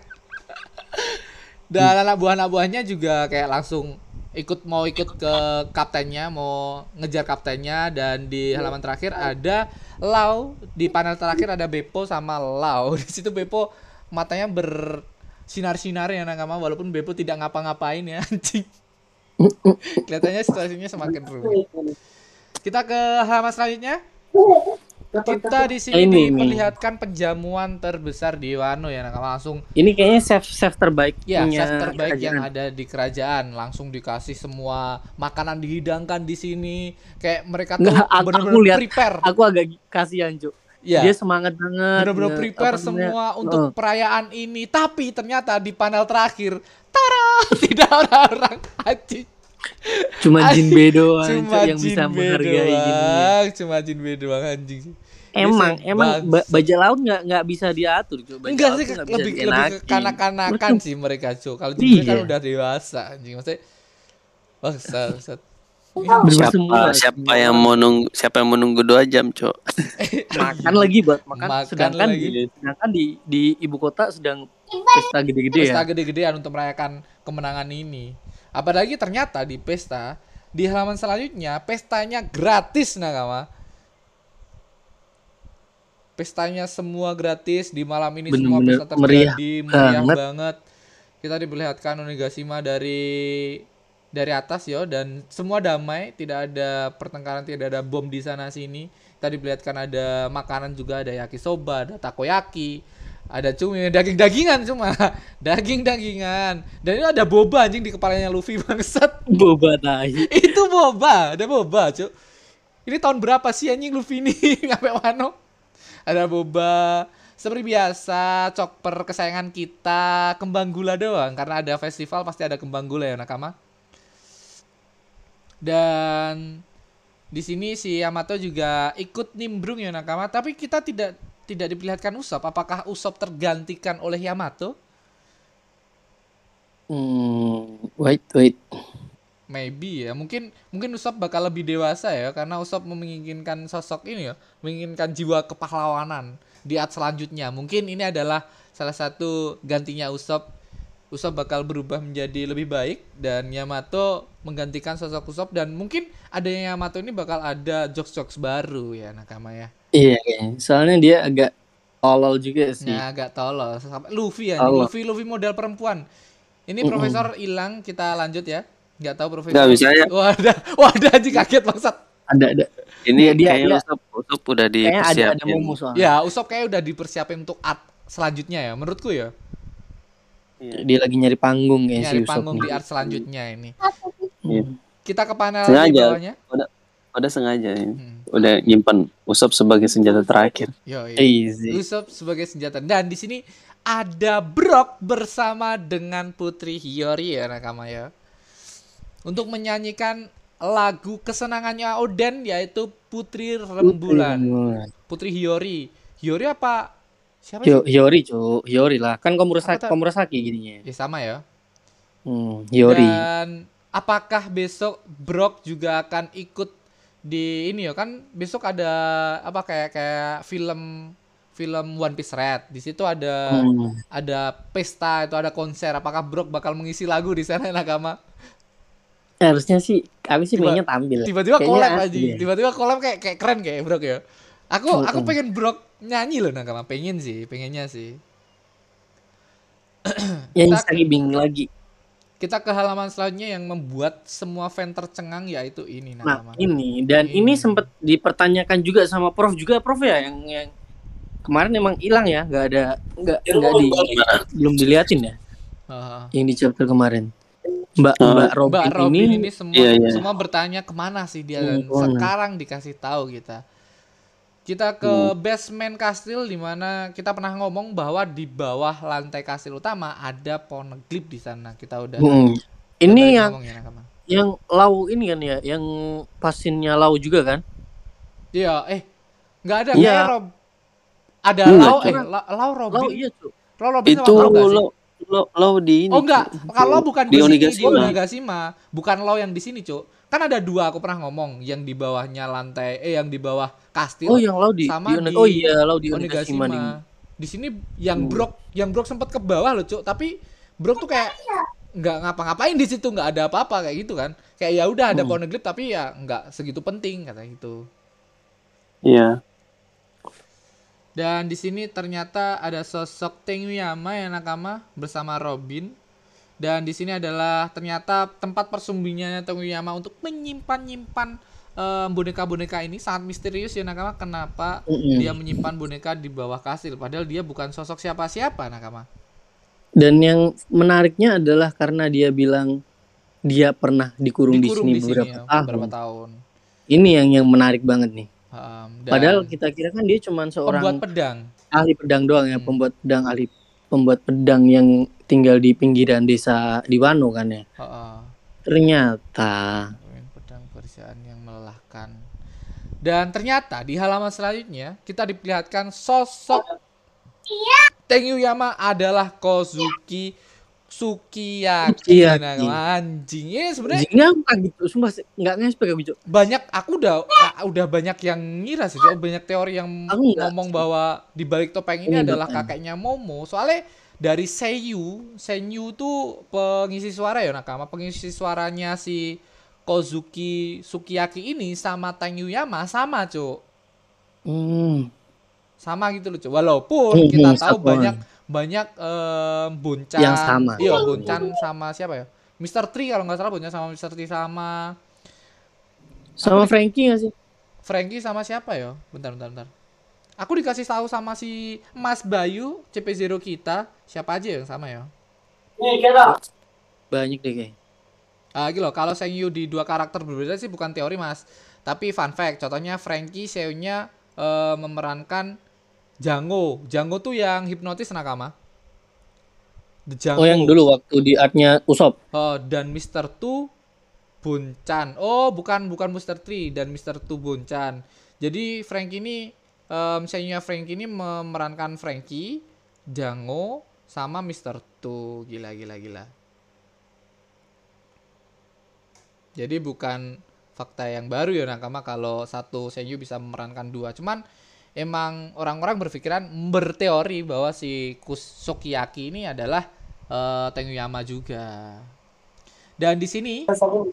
Dan anak buah-anak buahnya juga kayak langsung ikut mau ikut ke kaptennya, mau ngejar kaptennya. Dan di halaman terakhir ada Lau, di panel terakhir ada Beppo sama Lau. Di situ Beppo matanya bersinar-sinar ya nakama, walaupun Beppo tidak ngapa-ngapain ya anjing. Kelihatannya situasinya semakin rumit. Kita ke halaman selanjutnya. Kita di sini Ini nih. diperlihatkan penjamuan terbesar di Wano ya nakama, langsung Ini kayaknya chef chef terbaik ya, punya chef terbaik yang kerajaan. ada di kerajaan, langsung dikasih semua makanan dihidangkan di sini. Kayak mereka tuh Nggak, aku- benar-benar aku lihat- prepare. Aku agak kasihan, Cuk. Ya, Dia semangat banget. benar-benar nge- prepare apa namanya, semua untuk uh, perayaan ini. Tapi ternyata di panel terakhir, tara, tidak orang-orang anjing. cuma Jinbe doang Cuk, Cuma yang bisa Jinbe menghargai gini. doang, cuma Jinbe doang anjing. Emang Biasa emang bangsa. ba- bajak laut nggak nggak bisa diatur, Cuk. Bajak Enggak laut sih, tuh nggak bisa lebih lebih ke dienakin. kanak-kanakan sih mereka, Cuk. Kalau Jinbe kan Iya. udah dewasa anjing. Maksudnya bangsa, bangsa. Bener Siapa semua, siapa semua yang orang. mau nunggu siapa yang mau nunggu dua jam, Cok? makan lagi buat makan, Makan sedangkan lagi. di sedangkan di di ibu kota sedang pesta gede-gede Pesta ya. gede-gedean untuk merayakan kemenangan ini. Apalagi ternyata di pesta, di halaman selanjutnya pestanya gratis nakama. Pestanya semua gratis di malam ini, semua Bener-bener pesta meriah terjadi meriah banget. banget. Kita diperlihatkan Onigashima dari dari atas yo, dan semua damai, tidak ada pertengkaran, tidak ada bom di sana sini. Kita diperlihatkan ada makanan juga, ada yakisoba, ada takoyaki, ada cumi, daging-dagingan cuma daging-dagingan. Dan ini ada boba anjing di kepalanya Luffy bangsat. Boba tai. Itu boba, ada boba, Cuk. Ini tahun berapa sih anjing Luffy ini ngapain Wano? Ada boba. Seperti biasa, chopper kesayangan kita, kembang gula doang. Karena ada festival pasti ada kembang gula ya nakama. Dan di sini si Yamato juga ikut nimbrung ya nakama, tapi kita tidak tidak diperlihatkan Usopp. Apakah Usopp tergantikan oleh Yamato? Hmm, wait wait. Maybe ya, mungkin mungkin Usopp bakal lebih dewasa ya, karena Usopp menginginkan sosok ini ya, menginginkan jiwa kepahlawanan di art selanjutnya. Mungkin ini adalah salah satu gantinya Usopp. Usopp bakal berubah menjadi lebih baik dan Yamato menggantikan sosok Usopp, dan mungkin adanya Yamato ini bakal ada jokes-jokes baru ya nakama ya. Iya, kayaknya. Soalnya dia agak tolol juga sih. Nah, agak tolol. Sampai Luffy ya, Tolol. Luffy Luffy model perempuan. Ini Mm-mm. Profesor hilang, kita lanjut ya. Nggak tahu Profesor. Nggak, misalnya- Wadah, wadah anjing kaget bangsat. Ada ada. Ini Dia- dia- kayaknya dia- Usopp, Usopp udah Kayaknya ada ada dipersiapin. Momo soalnya. Ya, Usopp kayak udah dipersiapin untuk art selanjutnya ya, menurutku ya. Dia lagi nyari panggung kayaknya si Nyari Usopp panggung di nih. art selanjutnya ini. Hmm. Kita ke panel di Sengaja. bawahnya. Udah sengaja ini. Hmm. Udah nyimpen Usopp sebagai senjata terakhir. Yo, Easy. Usopp sebagai senjata. Dan di sini ada Brock bersama dengan Putri Hiyori ya nakama ya. Untuk menyanyikan lagu kesenangannya Oden yaitu Putri Rembulan. Putri Hiyori. Hiyori apa? Siapa sih? Hyo- Hiyori, Cuk. Hiyori lah. Kan Komurasaki, Apa tuh? Komurasaki gininya. Ya sama ya. Hmm, Hiyori. Dan apakah besok Brock juga akan ikut di ini ya kan besok ada apa kayak kayak film film One Piece Red. Di situ ada Hmm. ada pesta itu ada konser. Apakah Brock bakal mengisi lagu di sana nakama? Harusnya sih, aku sih Tiba- pengennya tampil. Tiba-tiba Kayaknya collab asli aja. ya. Tiba-tiba collab kayak kayak keren kayak Brock ya. Aku aku Mm-mm. pengen Brock nyanyi loh nakama. Pengen sih, pengennya sih. Yang Kita- lagi bingung lagi. Kita ke halaman selanjutnya yang membuat semua fan tercengang yaitu ini Nah, nakama. ini dan Ini. ini sempat dipertanyakan juga sama Prof juga Prof ya yang yang kemarin emang hilang ya, nggak ada nggak nggak di belum diliatin ya Heeh. yang di chapter kemarin. Mbak Oh. Mbak Robin, Mbak Robin ini, ini, semua Iya, iya. semua bertanya kemana sih dia dan Hmm, kemana? sekarang dikasih tahu kita. Kita ke Hmm. basement kastil di mana kita pernah ngomong bahwa di bawah lantai kastil utama ada poneglyph di sana. Kita udah Hmm. kita ini balik yang ngomong ya, Nakama. yang Lau ini kan ya, yang pasinnya Lau juga kan? Iya, eh nggak ada Iya. kayak Rob. Ada Enggak, Lau Cuk. eh La- Lau Robin. Lau iya tuh. Lau Robin Itu sama Brock nggak sih? lo lo lo di ini. Oh enggak, Cuk. kalau bukan di, Di sini di Onigashima. Onigashima, bukan Lau yang di sini, Cuk. Kan ada dua aku pernah ngomong, yang di bawahnya lantai eh yang di bawah kastil. Oh yang Lau di, sama di One- di oh iya Lau di Onigashima Onigashima. nih. Di sini yang Brock, yang Brock sempat ke bawah loh, Cuk. Tapi Brock tuh kayak nggak ngapa-ngapain di situ, nggak ada apa-apa kayak gitu kan. Kayak ya udah ada Hmm. poneglyph tapi ya nggak segitu penting kata gitu. Iya. Dan di sini ternyata ada sosok Tengyama ya nakama bersama Robin. Dan di sini adalah ternyata tempat persembunyiannya Tengyama untuk menyimpan-nyimpan eh, boneka-boneka ini sangat misterius ya nakama. Kenapa Mm-mm. dia menyimpan boneka di bawah kastil padahal dia bukan sosok siapa-siapa nakama. Dan yang menariknya adalah karena dia bilang dia pernah dikurung, Dikurung di di sini sini beberapa ya, tahun. beberapa tahun. Ini yang yang menarik banget nih. Um, dan Padahal kita kira kan dia cuma seorang pembuat pedang. ahli pedang doang ya, Hmm. pembuat pedang ahli pembuat pedang yang tinggal di pinggiran desa di Wano kan ya. Heeh. Ternyata Main pedang pekerjaan yang melelahkan. Dan ternyata di halaman selanjutnya kita diperlihatkan sosok Tengyama adalah Kozuki Sukiyaki. Sukiyaki. Nah, anjing ini sebenarnya anjingnya apa gitu, sumpah nggak ngespek aku Cuk. banyak aku udah ah, udah banyak yang ngira sih, Cok. Banyak teori yang Aku nggak. ngomong bahwa di balik topeng ini Ini adalah topeng. kakeknya Momo. Soalnya dari Seiyu, Seiyu tuh pengisi suara ya nakama, pengisi suaranya si Kozuki Sukiyaki ini sama Tengyama sama, Cuk. Hmm. Sama gitu loh, Cuk. Walaupun Hmm, kita hmm, tahu sama. banyak banyak em, Bonchan. Yang sama. Iya, Bonchan sama siapa ya? mister Tree kalau nggak salah, Bonchan sama mister Tree sama Sama Frankie nggak sih? Frankie sama siapa ya? Bentar, bentar, bentar. Aku dikasih tahu sama si Mas Bayu, C P zero kita, siapa aja yang sama ya? Banyak deh kayak. Ah, gitu loh, kalau Sengyu di dua karakter berbeda sih bukan teori, Mas. Tapi fun fact, contohnya Frankie Seiyu-nya eh, memerankan Jango. Jango tuh yang hipnotis nakama. The Jango. Oh yang dulu waktu di artnya Usopp. Oh, dan mister Two Bonchan. Oh, bukan bukan mister Three dan mister Two Bonchan. Jadi Frankie ini um, Seiyu Frankie ini memerankan Frankie, Jango sama mister Two. Gila gila gila. Jadi bukan fakta yang baru ya nakama kalau satu Seiyu bisa memerankan dua. Cuman emang orang-orang berpikiran berteori bahwa si Sukiyaki ini adalah uh, Tengyama juga. Dan di sini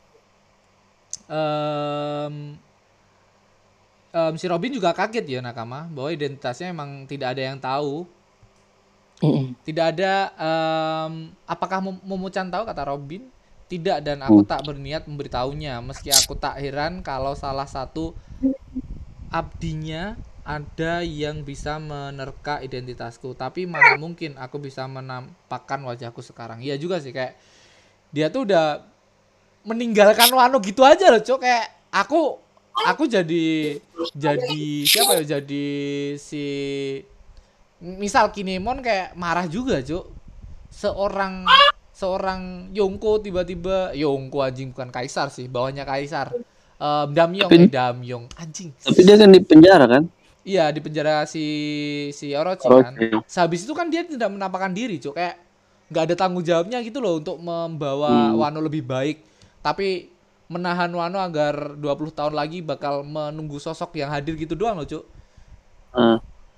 um, um, si Robin juga kaget ya nakama bahwa identitasnya emang tidak ada yang tahu. Mm-mm. Tidak ada um, apakah Mom- Momo-chan tahu kata Robin? Tidak, dan aku tak berniat memberitahunya meski aku tak heran kalau salah satu abdinya ada yang bisa menerka identitasku, tapi mana mungkin aku bisa menampakkan wajahku sekarang. Iya juga sih, kayak dia tuh udah meninggalkan Wano gitu aja loh, Cok. Kayak aku aku jadi jadi siapa ya? Jadi si misal Kinemon kayak marah juga, Cuk. Seorang seorang Yonko tiba-tiba Yonko anjing bukan Kaisar sih, bawahnya Kaisar. Um, Damyong Tapi- eh, Damyong anjing. Tapi dia kan di penjara kan? Iya, di penjara si si Orochi kan. Orochi. Sehabis itu kan dia tidak menampakkan diri, Cuk. Kayak nggak ada tanggung jawabnya gitu loh untuk membawa Hmm. Wano lebih baik. Tapi menahan Wano agar dua puluh tahun lagi bakal menunggu sosok yang hadir gitu doang loh, Cuk. Ah.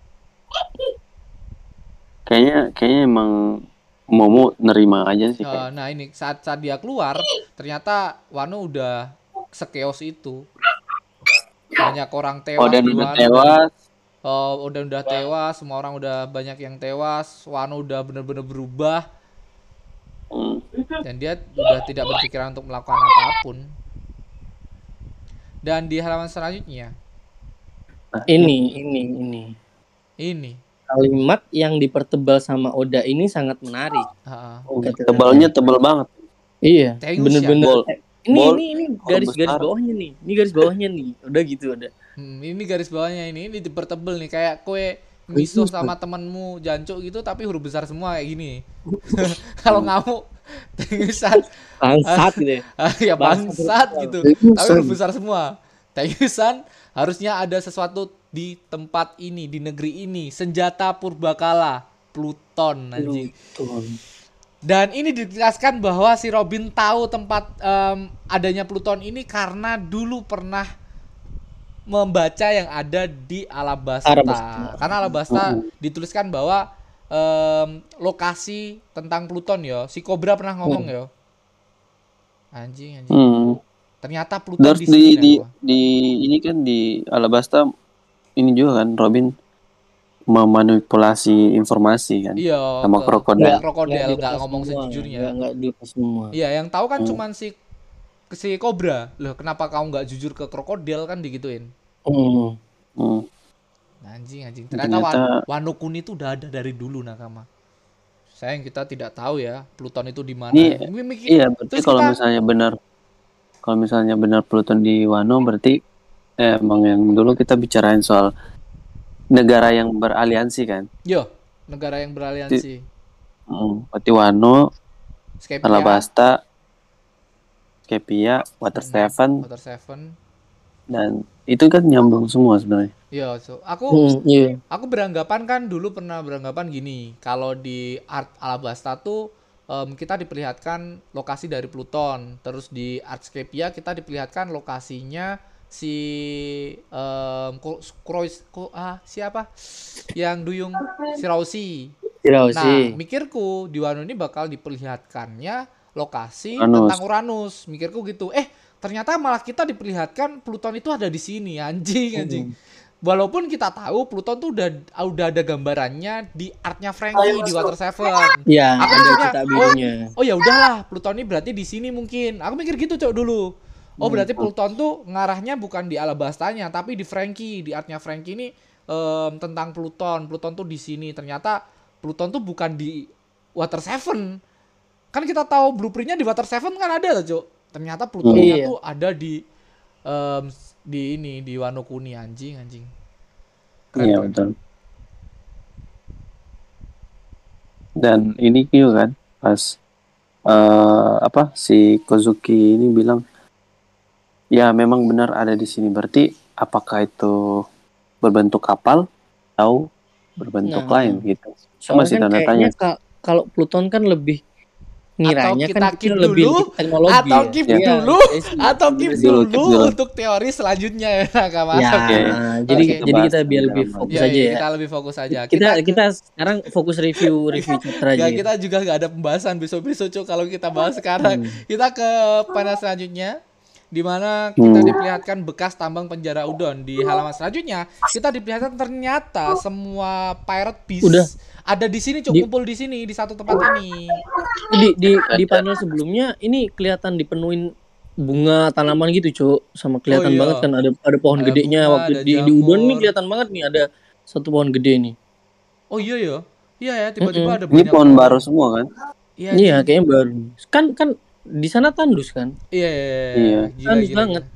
Kayaknya kayaknya emang Momo nerima aja sih Eh, kayak. nah ini saat saat dia keluar ternyata Wano udah sekeos itu. Banyak orang tewas Oh, dan di udah Wano. tewas. Oh, udah udah tewas, semua orang udah banyak yang tewas. Wano udah bener-bener berubah Hmm. dan dia udah tidak berpikiran untuk melakukan apapun. Dan di halaman selanjutnya Ini, ini, ini. ini, Kalimat yang dipertebal sama Oda ini sangat menarik. ha, Oh, tebalnya tebal banget. Iya, Tengus bener-bener. Bol. Eh, Ini, Bol. ini, ini garis-garis besar. bawahnya nih. Ini garis bawahnya nih. Udah gitu ada. hmm, ini garis bawahnya ini ini dipertebel nih kayak kue miso sama temenmu jancuk gitu tapi huruf besar semua kayak gini. Kalau ngamuk tengusan Bangsat gitu ya. ah, ya bangsat gitu. Tapi huruf besar semua. Tengusan harusnya ada sesuatu di tempat ini, di negeri ini, senjata purbakala, Pluton anjing. Tuh. Dan ini dijelaskan bahwa si Robin tahu tempat em, adanya Pluton ini karena dulu pernah membaca yang ada di Alabasta. Alabasta. Karena Alabasta dituliskan bahwa em, lokasi tentang Pluton ya. Si Cobra pernah ngomong ya. Anjing anjing. Hmm. Ternyata Pluton Terus di di, sini. di, Nawa. di ini kan di Alabasta ini juga kan Robin memanipulasi informasi kan Iya. sama ke- krokodil. ke krokodil Nggak nggak dilepas ngomong semua, sejujurnya. nggak nggak dilepas semua. Iya, yang tahu kan Hmm. cuman si si Cobra. Loh, kenapa kau nggak jujur ke krokodil kan digituin. Hmm. Hmm. Anjing anjing. Ternyata, Ternyata- Wan- Wano Kuni itu udah ada dari dulu Nakama. Sayang kita tidak tahu ya Pluton itu di mana. Ini- Mi- mikir- Iya, berarti Terus kalau kita- misalnya benar kalau misalnya benar Pluton di Wano berarti eh, emang yang dulu kita bicarain soal negara yang beraliansi kan. Yo, negara yang beraliansi. Hmm. Berarti Wano, Skypia, Alabasta, Skypia, Water Hmm. Seven, Water Seven. dan itu kan nyambung semua sebenarnya. Yo, so aku Hmm, iya. aku beranggapan kan dulu pernah beranggapan gini, kalau di Art Alabasta tuh em, kita diperlihatkan lokasi dari Pluton, terus di Artscapia kita diperlihatkan lokasinya si em Ko- Krois ko, ah siapa yang duyung Shiraushi. Tidak Nah, sih. mikirku di Wano ini bakal diperlihatkannya lokasi Uranus. tentang Uranus. Mikirku gitu. Eh, ternyata malah kita diperlihatkan Pluton itu ada di sini, anjing, anjing. Walaupun kita tahu Pluton tuh udah udah ada gambarannya di artnya Frankie di Water Seven. Ya, Aku ada mikirnya, kita birunya. Oh ya udahlah, Pluton ini berarti di sini mungkin. Aku mikir gitu cok dulu. Oh berarti Pluton tuh ngarahnya bukan di Alabastanya, tapi di Frankie, di artnya Frankie ini em, tentang Pluton. Pluton tuh di sini. Ternyata Pluton tuh bukan di Water Seven. Kan kita tahu blueprintnya di Water Seven kan ada loh cok. Ternyata Plutonnya Iya. tuh ada di em, di ini di Wano Kuni, anjing anjing. Keren, Iya keren. betul. Dan ini juga kan pas eh, apa si Kozuki ini bilang ya memang benar ada di sini. Berarti apakah itu berbentuk kapal atau berbentuk Nah. lain gitu? Soalnya Masih kan tanda kayaknya tanya. ka- kalau Pluton kan lebih ngiranya kita kan keep kita lebih dulu, lebih teknologi atau ya. keep Iya, dulu, saya sih atau keep bener sih. dulu, dulu, keep dulu. untuk teori selanjutnya ya Nakama. Ya, Oke. jadi Oke. jadi kita Bahas biar lebih lebih dalam. fokus Ya, aja ya, ya. kita lebih fokus aja. Kita Kita, kita sekarang fokus review review chapter aja. Nggak, ya. kita juga nggak ada pembahasan besok-besok Cuk, kalau kita bahas sekarang. Hmm. Kita ke panel selanjutnya di mana kita Hmm. diperlihatkan bekas tambang penjara udon. Di halaman selanjutnya kita diperlihatkan ternyata semua pirate beast Udah. ada di sini Cuk, Di- kumpul di sini di satu tempat ini. Di di di panel sebelumnya ini kelihatan dipenuhin bunga tanaman gitu, Cuk. Sama kelihatan Oh, iya. banget kan ada ada pohon Ada gedenya bunga, waktu ada di di udon jamur. nih kelihatan banget nih ada satu pohon gede nih. Oh iya ya. Iya ya, tiba-tiba Mm-mm. ada Ini banyak pohon baru semua kan? Iya, Iya, anjing. kayaknya baru. Kan kan di sana tandus kan? Iya, iya, iya, Iya. Gila, Tandus gila, banget. gila.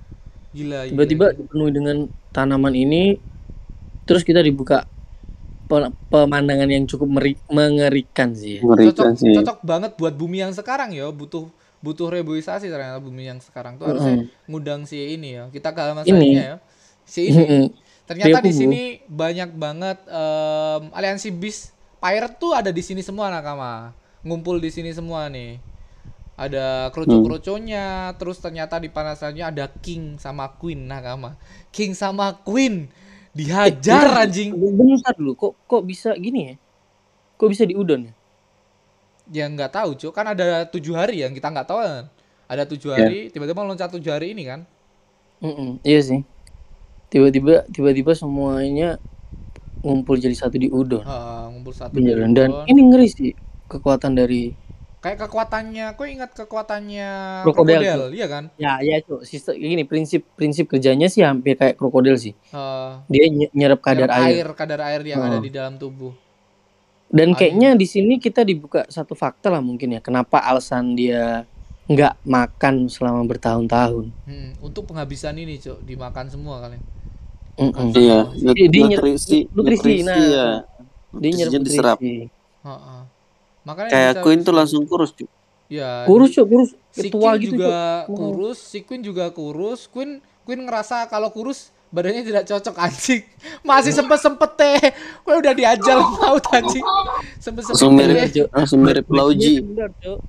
Gila, gila, Tiba-tiba gila. dipenuhi dengan tanaman ini, terus kita dibuka pe- pemandangan yang cukup meri- mengerikan sih. Ya. Mengerikan Cocok sih. cocok banget buat bumi yang sekarang ya, butuh butuh reboisasi ternyata bumi yang sekarang tuh harusnya Mm-mm. ngundang si ini ya. Kita ke halaman Ini, selanjutnya ya. Si ini. Ternyata di Ryokugo. sini banyak banget em, aliansi bis pirate tuh ada di sini semua nakama. Ngumpul di sini semua nih. Ada kroco-kroconya, terus ternyata di panasannya ada king sama queen nakama. King sama queen dihajar anjing. Bentar dulu, kok kok bisa gini ya? Kok bisa di udon ya? Ya nggak tahu cuk, kan ada tujuh hari yang kita nggak tahu kan. Ada tujuh Ya. hari, tiba-tiba loncat tujuh hari ini kan. Mm-mm, iya sih. Tiba-tiba tiba-tiba semuanya ngumpul jadi satu di udon. Ha, ngumpul satu di Beneran. Dan Udon. ini ngeri sih kekuatan dari Kayak kekuatannya, kok ingat kekuatannya Krokodil, krokodil, Cuk. iya kan? ya ya tuh sistem gini prinsip prinsip kerjanya sih hampir kayak krokodil sih. Eh, Dia ny- nyerap kadar nyerap air. air, kadar air yang ada Oh. di dalam tubuh. Dan Aneh. kayaknya di sini kita dibuka satu fakta lah mungkin ya. Kenapa alasan dia nggak makan selama bertahun-tahun? Hmm, untuk penghabisan ini cuk, dimakan semua kalian. Mm-mm. Iya, Dia- dia nyerap nutrisi, nutrisi, nah. ya. Dia nyerap Nutrisinya diserap. nutrisi. Ha-ha. Makanya Kayak bisa- Queen tuh bisa- langsung kurus, Cuk. Ya, Kurus cok, kurus. si Tua King gitu juga Cuk. kurus, si Queen juga kurus. Queen Queen ngerasa kalau kurus badannya tidak cocok anjing. Masih sempet-sempet teh. Gue udah diajar maut anjing. Sempet-sempet Langsung mirip, teh. langsung mirip Lauji. Bener, Cuk.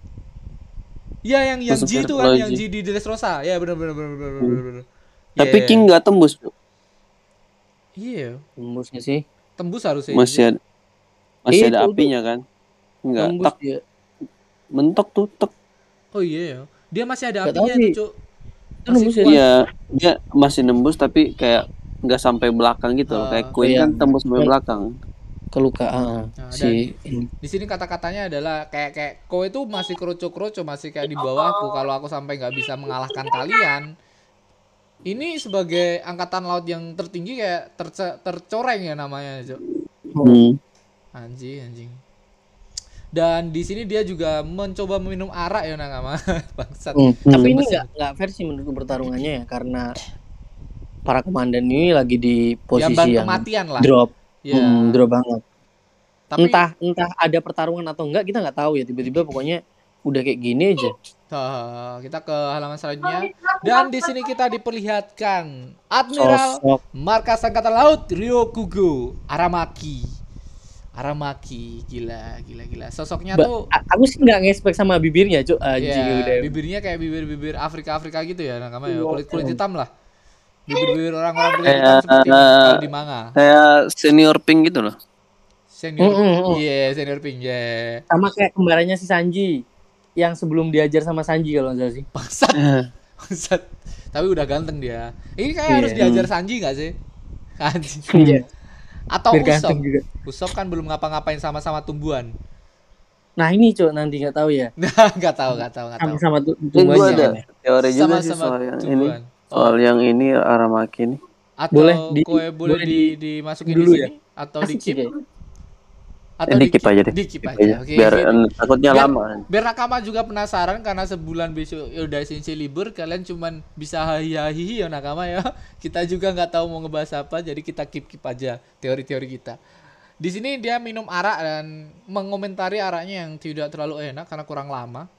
Iya yang yang Langsung G itu kan, mirip yang Lauji. G di Dressrosa. Ya benar benar benar benar benar. benar. Tapi Yeah. King nggak tembus, Cuk. Iya, Tembusnya sih. tembus harusnya. Masih ada, masih Iya, ada itu- apinya kan? Enggak, Tembus tek, dia. mentok tuh, tek. Oh iya ya. Dia masih ada Nggak tahu apinya sih. tuh, Cuk. Itu nembus ya. Iya, dia masih nembus tapi kayak nggak sampai belakang gitu loh. Ah. Kayak Queen Iya. kan tembus sampai Yang- belakang. Keluka ah, Nah, si ini. Di sini kata-katanya adalah kayak kayak kau itu masih kroco-kroco, masih kayak di bawahku. Kalau aku sampai nggak bisa mengalahkan kalian, ini sebagai angkatan laut yang tertinggi kayak terce- tercoreng ya namanya, Cuk. Hmm. Anjing, anjing. Dan di sini dia juga mencoba meminum arak ya nakama. Bangsat. Hmm, Tapi ini Sempet- nggak nggak fair sih menurutku pertarungannya ya, karena para komandan ini lagi di posisi Jamban yang kematian lah. drop, Ya. Hmm, drop banget. Tapi Entah entah ada pertarungan atau enggak kita nggak tahu ya. Tiba-tiba pokoknya udah kayak gini aja. ah, kita ke halaman selanjutnya. Dan di sini kita diperlihatkan Admiral Sosok Markas Angkatan Laut Ryokugo Aramaki. Aramaki, gila, gila, gila. Sosoknya Ba- tuh a- aku sih nggak ngespek sama bibirnya cuk anjing ya, udah. bibirnya kayak bibir-bibir Afrika-Afrika gitu ya nakama ya. Kulit-kulit hitam lah. Bibir-bibir orang-orang kulit hitam Kayak, seperti kalau di manga. Kayak senior Pink gitu loh. Senior, Mm, mm, mm. iya senior pink, ya. Sama kayak kembarannya si Sanji yang sebelum diajar sama Sanji kalau nggak salah sih. Bangsat, bangsat. Tapi udah ganteng dia. Ini kayak Iya. harus diajar Sanji nggak sih? Anjing. Iya. Atau Biar Usop. ganteng juga. Usop kan belum ngapa-ngapain sama-sama tumbuhan. Nah ini cuk nanti nggak tahu ya. Nah, nggak tahu, nggak tahu, nggak tahu. Sama-sama tu- Ini gue tumbuhannya ada kan ya. teori juga sih Sama-sama soal yang ini. tumbuhan. Soal yang ini Aramaki ini. Atau Boleh di- kowe boleh boleh di, di- dimasukin dulu di ya? sini atau Asik di sih keep kayak. atau Eh, di keep aja deh. Di keep Keep aja. aja. Oke. Biar oke. eh, takutnya Biar- lama kan. Biar nakama juga penasaran karena sebulan besok ya udah Sensei libur, kalian cuman bisa hahi-hahi ya nakama ya. Kita juga nggak tahu mau ngebahas apa, jadi kita keep-keep aja teori-teori kita. Di sini dia minum arak dan mengomentari araknya yang tidak terlalu enak karena kurang lama.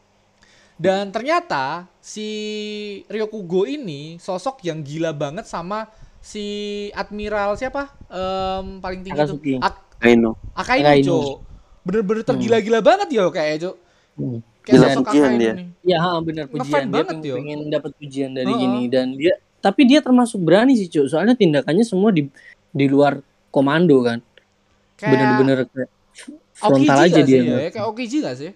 Dan ternyata si Ryokugo ini sosok yang gila banget sama si Admiral siapa? Em, paling tinggi tuh. Akatsuki. Ak- Kaino. Akainu, Akainu. Cok. Bener-bener tergila-gila banget yo kayaknya, Cok. Hmm. Kayak Gila sosok pujian Akainu dia. nih. Ya ha, benar Ngefan pujian dia banget, pengen, yo. pengen dapat pujian dari Heeh. gini dan dia tapi dia termasuk berani sih cuk soalnya tindakannya semua di di luar komando kan. Kayak Bener-bener kayak Aokiji frontal aja gak dia. sih ya? Kayak Aokiji gak sih?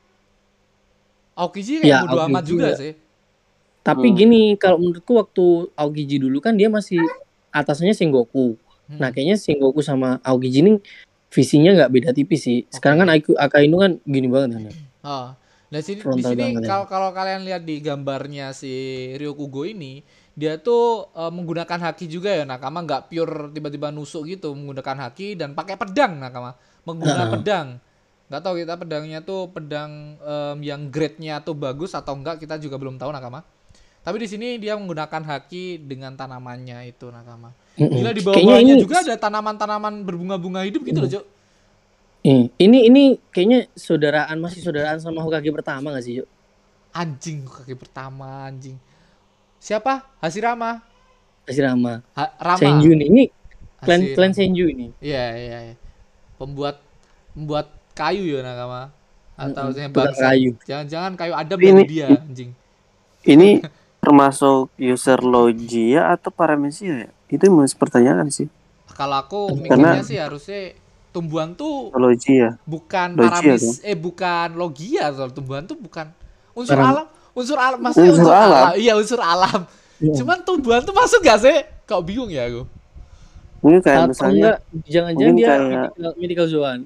Aokiji kayak Ya, bodo Aokiji amat juga juga. sih. Tapi Hmm. gini kalau menurutku waktu Aokiji dulu kan dia masih atasnya Sengoku. Hmm. Nah kayaknya Sengoku sama Aokiji ini visinya nggak beda tipis sih. Sekarang kan Aiku- Akainu kan gini banget kan. Ah. Nah sini di Frontal sini banget ya. kalau kalau kalian lihat di gambarnya si Ryokugo ini, dia tuh eh, menggunakan haki juga ya nakama, nggak pure tiba-tiba nusuk gitu, menggunakan haki dan pakai pedang nakama, menggunakan Heeh. pedang. Nggak tahu kita pedangnya tuh pedang em, yang grade-nya tuh bagus atau enggak, kita juga belum tahu nakama. Tapi di sini dia menggunakan haki dengan tanamannya itu nakama. Mm-mm. Gila di Kayaknya bawahnya ini- juga ada tanaman-tanaman berbunga-bunga hidup gitu loh, Cuk. Ini ini ini kayaknya saudaraan masih saudaraan sama Hokage pertama gak sih, Cuk? Anjing kaki pertama anjing. Siapa? Hashirama. Hashirama. Ha, Rama. Senju nih. Ini klan Hashirama. klan Senju ini. Iya, iya, iya. Pembuat pembuat kayu ya nakama. Atau Mm-mm, yang tukang bangsa. kayu. Jangan-jangan kayu adem Ini- dari dia anjing. Ini termasuk user Logia atau Paramecia ya? Itu yang masih pertanyaan sih. Kalau aku Karena- mikirnya sih harusnya tumbuhan tuh Logia. bukan Logia paramis eh bukan logia, soal tumbuhan tuh bukan unsur Param- alam, unsur alam maksudnya Unsur unsur, alam. alam. Iya, unsur alam. Iya. Cuman tumbuhan tuh masuk gak sih? Kok bingung ya aku. Mungkin kayak Atau misalnya enggak jangan-jangan mungkin dia kayak- mythical, mythical zoan.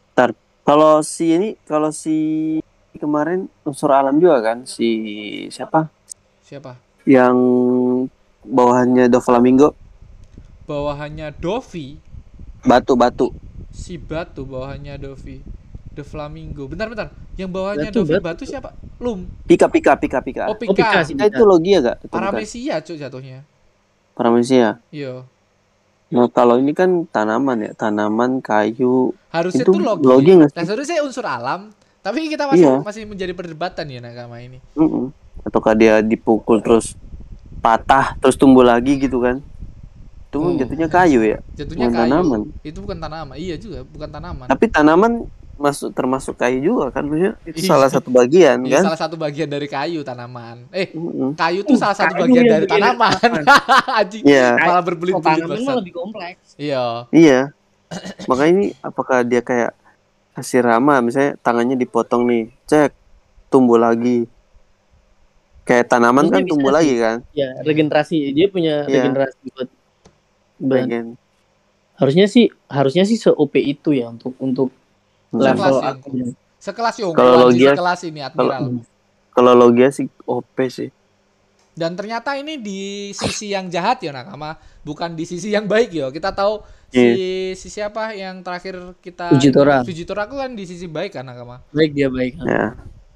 kalau si ini kalau si kemarin unsur alam juga kan si siapa Siapa? yang bawahannya Doflamingo Bawahannya Dovi, batu-batu si batu bawahannya Dovi. The Flamingo. Bentar bentar. Yang bawahnya Batu, Dovi batu. batu siapa? Lum. pika pika pika pika Oh, Oh, Pika Pika. sih. Pika itu Logia gak? Itu bukan. Paramecia cuk jatuhnya. Paramecia. Iya. Nah kalau ini kan tanaman ya, tanaman kayu. Harusnya Itu tuh logi. logi nggak sih? Nah, seharusnya unsur alam, tapi kita masih Iya. masih menjadi perdebatan ya nakama ini. Mm-mm. Ataukah dia dipukul terus patah terus tumbuh lagi gitu kan? Itu Oh. jatuhnya kayu ya. Jatuhnya Bukan kayu. tanaman. Itu bukan tanaman. Iya juga, bukan tanaman. Tapi tanaman masuk termasuk kayu juga kan, maksudnya itu Iya. salah satu bagian Iya, kan? salah satu bagian dari kayu tanaman. Eh, Mm-mm. kayu tuh salah satu kayu bagian yang dari bagian dari tanaman. Anjing. Iya. Malah Oh, berbelit-belit tanaman mah bangsat. lebih kompleks. Iya. Iya. Makanya ini apakah dia kayak Hashirama misalnya tangannya dipotong nih, cek tumbuh lagi. Kayak tanaman Maksudnya kan bisa tumbuh sih. lagi kan? Ya, regenerasi. Dia punya Iya. regenerasi buat, buat Bagian. harusnya sih harusnya sih se-O P itu ya untuk untuk Sekelas level Yongko. aku. Sekelas Yongko, Kalau anjing, Logia- sekelas ini Admiral. Kalau Logia sih O P sih. Dan ternyata ini di sisi yang jahat ya nakama, bukan di sisi yang baik ya. Kita tahu si si siapa yang terakhir kita Fujitora. Fujitora aku kan di sisi baik kan nakama. Baik dia baik. Ya.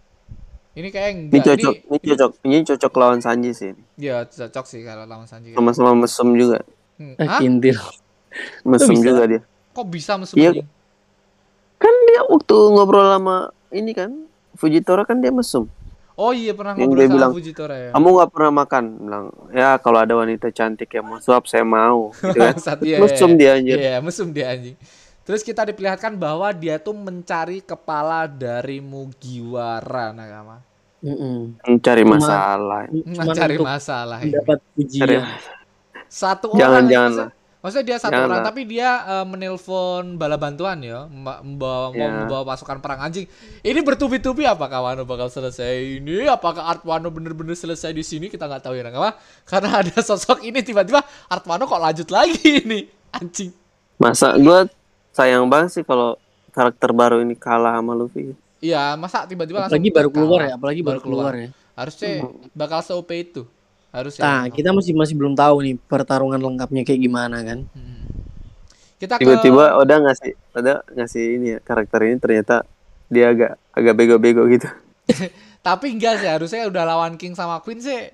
Ini kayak Ini enggak. cocok, ini, cocok. Ini cocok lawan Sanji sih. Ya cocok sih kalau lawan Sanji. Sama-sama mesum juga. Hmm. Eh, Hah? kintil. Mesum bisa? juga dia. Kok bisa mesum Iya. anjing? Kan dia waktu ngobrol sama ini kan Fujitora kan dia mesum. Oh iya pernah Yang ngobrol dia sama bilang, Fujitora ya. Kamu nggak pernah makan? Bilang, ya kalau ada wanita cantik yang mau suap saya mau. Gitu kan. Bangsat, iya, Mesum iya. dia anjir. Iya, mesum dia anjing. Terus kita diperlihatkan bahwa dia tuh mencari kepala dari Mugiwara nakama. Mm-mm. Mencari Cuma- masalah. Cuman Mencari untuk masalah ini. mendapat Cari- pujian. Satu Jangan, orang ya, jangan maksudnya, lah. maksudnya dia satu Jangan orang lah. tapi dia eh, menelpon bala bantuan ya, memba- membawa mau Ya. membawa pasukan perang anjing. Ini bertubi-tubi apakah Wano bakal selesai ini? Apakah Art Wano bener-bener selesai di sini? Kita nggak tahu ya nakama. Karena ada sosok ini tiba-tiba Art Wano kok lanjut lagi ini anjing. Masa gue sayang banget sih kalau karakter baru ini kalah sama Luffy. Iya, masa tiba-tiba langsung Apalagi baru keluar kalah. ya, apalagi baru keluar ya. Harusnya bakal se-O P itu. Harusnya. Nah, kita masih masih belum tahu nih pertarungan lengkapnya kayak gimana kan. Hmm. Kita ke Tiba-tiba Oda ngasih Oda ngasih ini ya karakter ini ternyata dia agak agak bego-bego gitu. tapi enggak sih, harusnya udah lawan King sama Queen sih.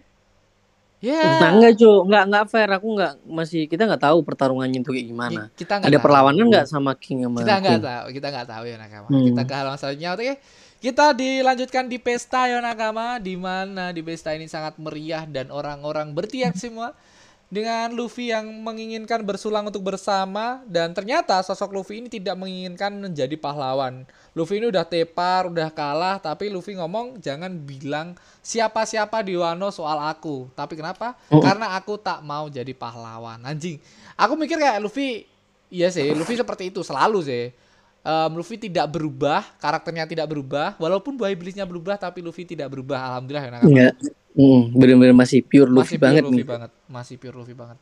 Ya. Nah, enggak, Cu. Enggak enggak fair. Aku enggak masih kita enggak tahu pertarungannya itu kayak gimana. Kita nggak Ada tahu. perlawanan enggak sama King sama Kita nggak Queen? tahu, kita nggak tahu ya nakama. Hmm. Kita ke halaman selanjutnya, oke? Kita dilanjutkan di pesta ya nakama, di mana di pesta ini sangat meriah dan orang-orang berteriak semua dengan Luffy yang menginginkan bersulang untuk bersama, dan ternyata sosok Luffy ini tidak menginginkan menjadi pahlawan. Luffy ini udah tepar, udah kalah, tapi Luffy ngomong jangan bilang siapa-siapa di Wano soal aku. Tapi kenapa? Oh. Karena aku tak mau jadi pahlawan. Anjing. Aku mikir kayak Luffy, iya sih, Luffy seperti itu selalu sih. Um, Luffy tidak berubah, karakternya tidak berubah, walaupun buah iblisnya berubah, tapi Luffy tidak berubah. Alhamdulillah ya nakama. Enggak. Mm, bener-bener masih pure Luffy Masih pure banget Luffy nih. banget, masih pure Luffy banget.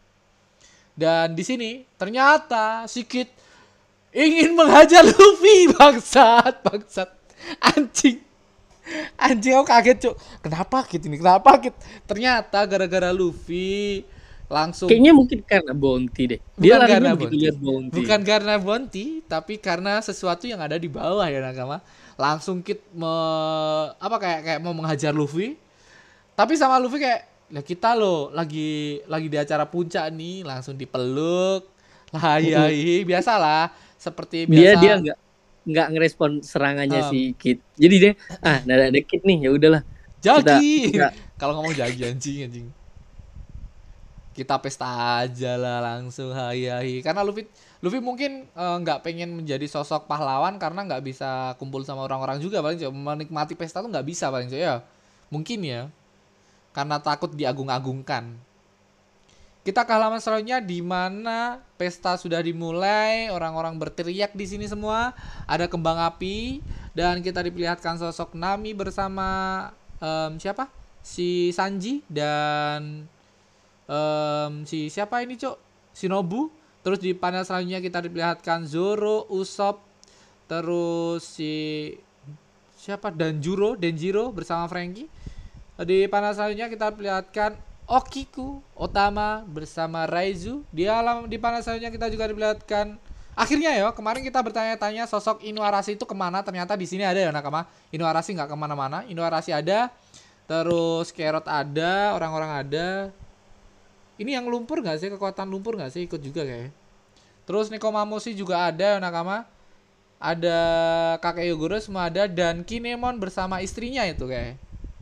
Dan di sini ternyata si Kid ingin menghajar Luffy, bangsat, bangsat, anjing, anjing aku kaget cuk. Kenapa Kid ini? Kenapa Kid? Ternyata gara-gara Luffy langsung. Kayaknya mungkin karena bounty deh. Dia Bukan larinya karena begitu bounty. lihat bounty. Bukan karena bounty, tapi karena sesuatu yang ada di bawah ya nakama. Langsung Kid me, apa kayak kayak mau menghajar Luffy. Tapi sama Luffy kayak Lah kita loh lagi lagi di acara puncak nih, langsung dipeluk. Lah iya, iya, biasalah seperti Dia biasa. dia nggak nggak ngerespon serangannya Um. si Kit. Jadi dia ah ada ada Kit nih, ya udahlah. Jagi. Kita- Kalau ngomong jagi anjing anjing. Kita pesta aja lah langsung hai hai. Karena Luffy Luffy mungkin eh, nggak pengen menjadi sosok pahlawan karena nggak bisa kumpul sama orang-orang juga paling Cok. Menikmati pesta tuh nggak bisa paling Cok, ya. Mungkin ya. Karena takut diagung-agungkan. Kita ke halaman selanjutnya di mana pesta sudah dimulai, orang-orang berteriak di sini semua, ada kembang api dan kita diperlihatkan sosok Nami bersama em, siapa? Si Sanji dan em, si siapa ini, Cok? Shinobu. Terus di panel selanjutnya kita diperlihatkan Zoro, Usopp, terus si siapa? Danjuro, Denjiro bersama Franky. Di panel selanjutnya kita perlihatkan Okiku Otama bersama Raizu. Di alam di panel selanjutnya kita juga diperlihatkan akhirnya ya, kemarin kita bertanya-tanya sosok Inuarashi itu kemana, ternyata di sini ada ya nakama. Inuarashi nggak kemana-mana, Inuarashi ada, terus Carrot ada, orang-orang ada. Ini yang lumpur nggak sih, kekuatan lumpur nggak sih ikut juga kayak. Terus Nekomamushi juga ada ya nakama. Ada kakek Yogoro semua ada dan Kinemon bersama istrinya itu kayak.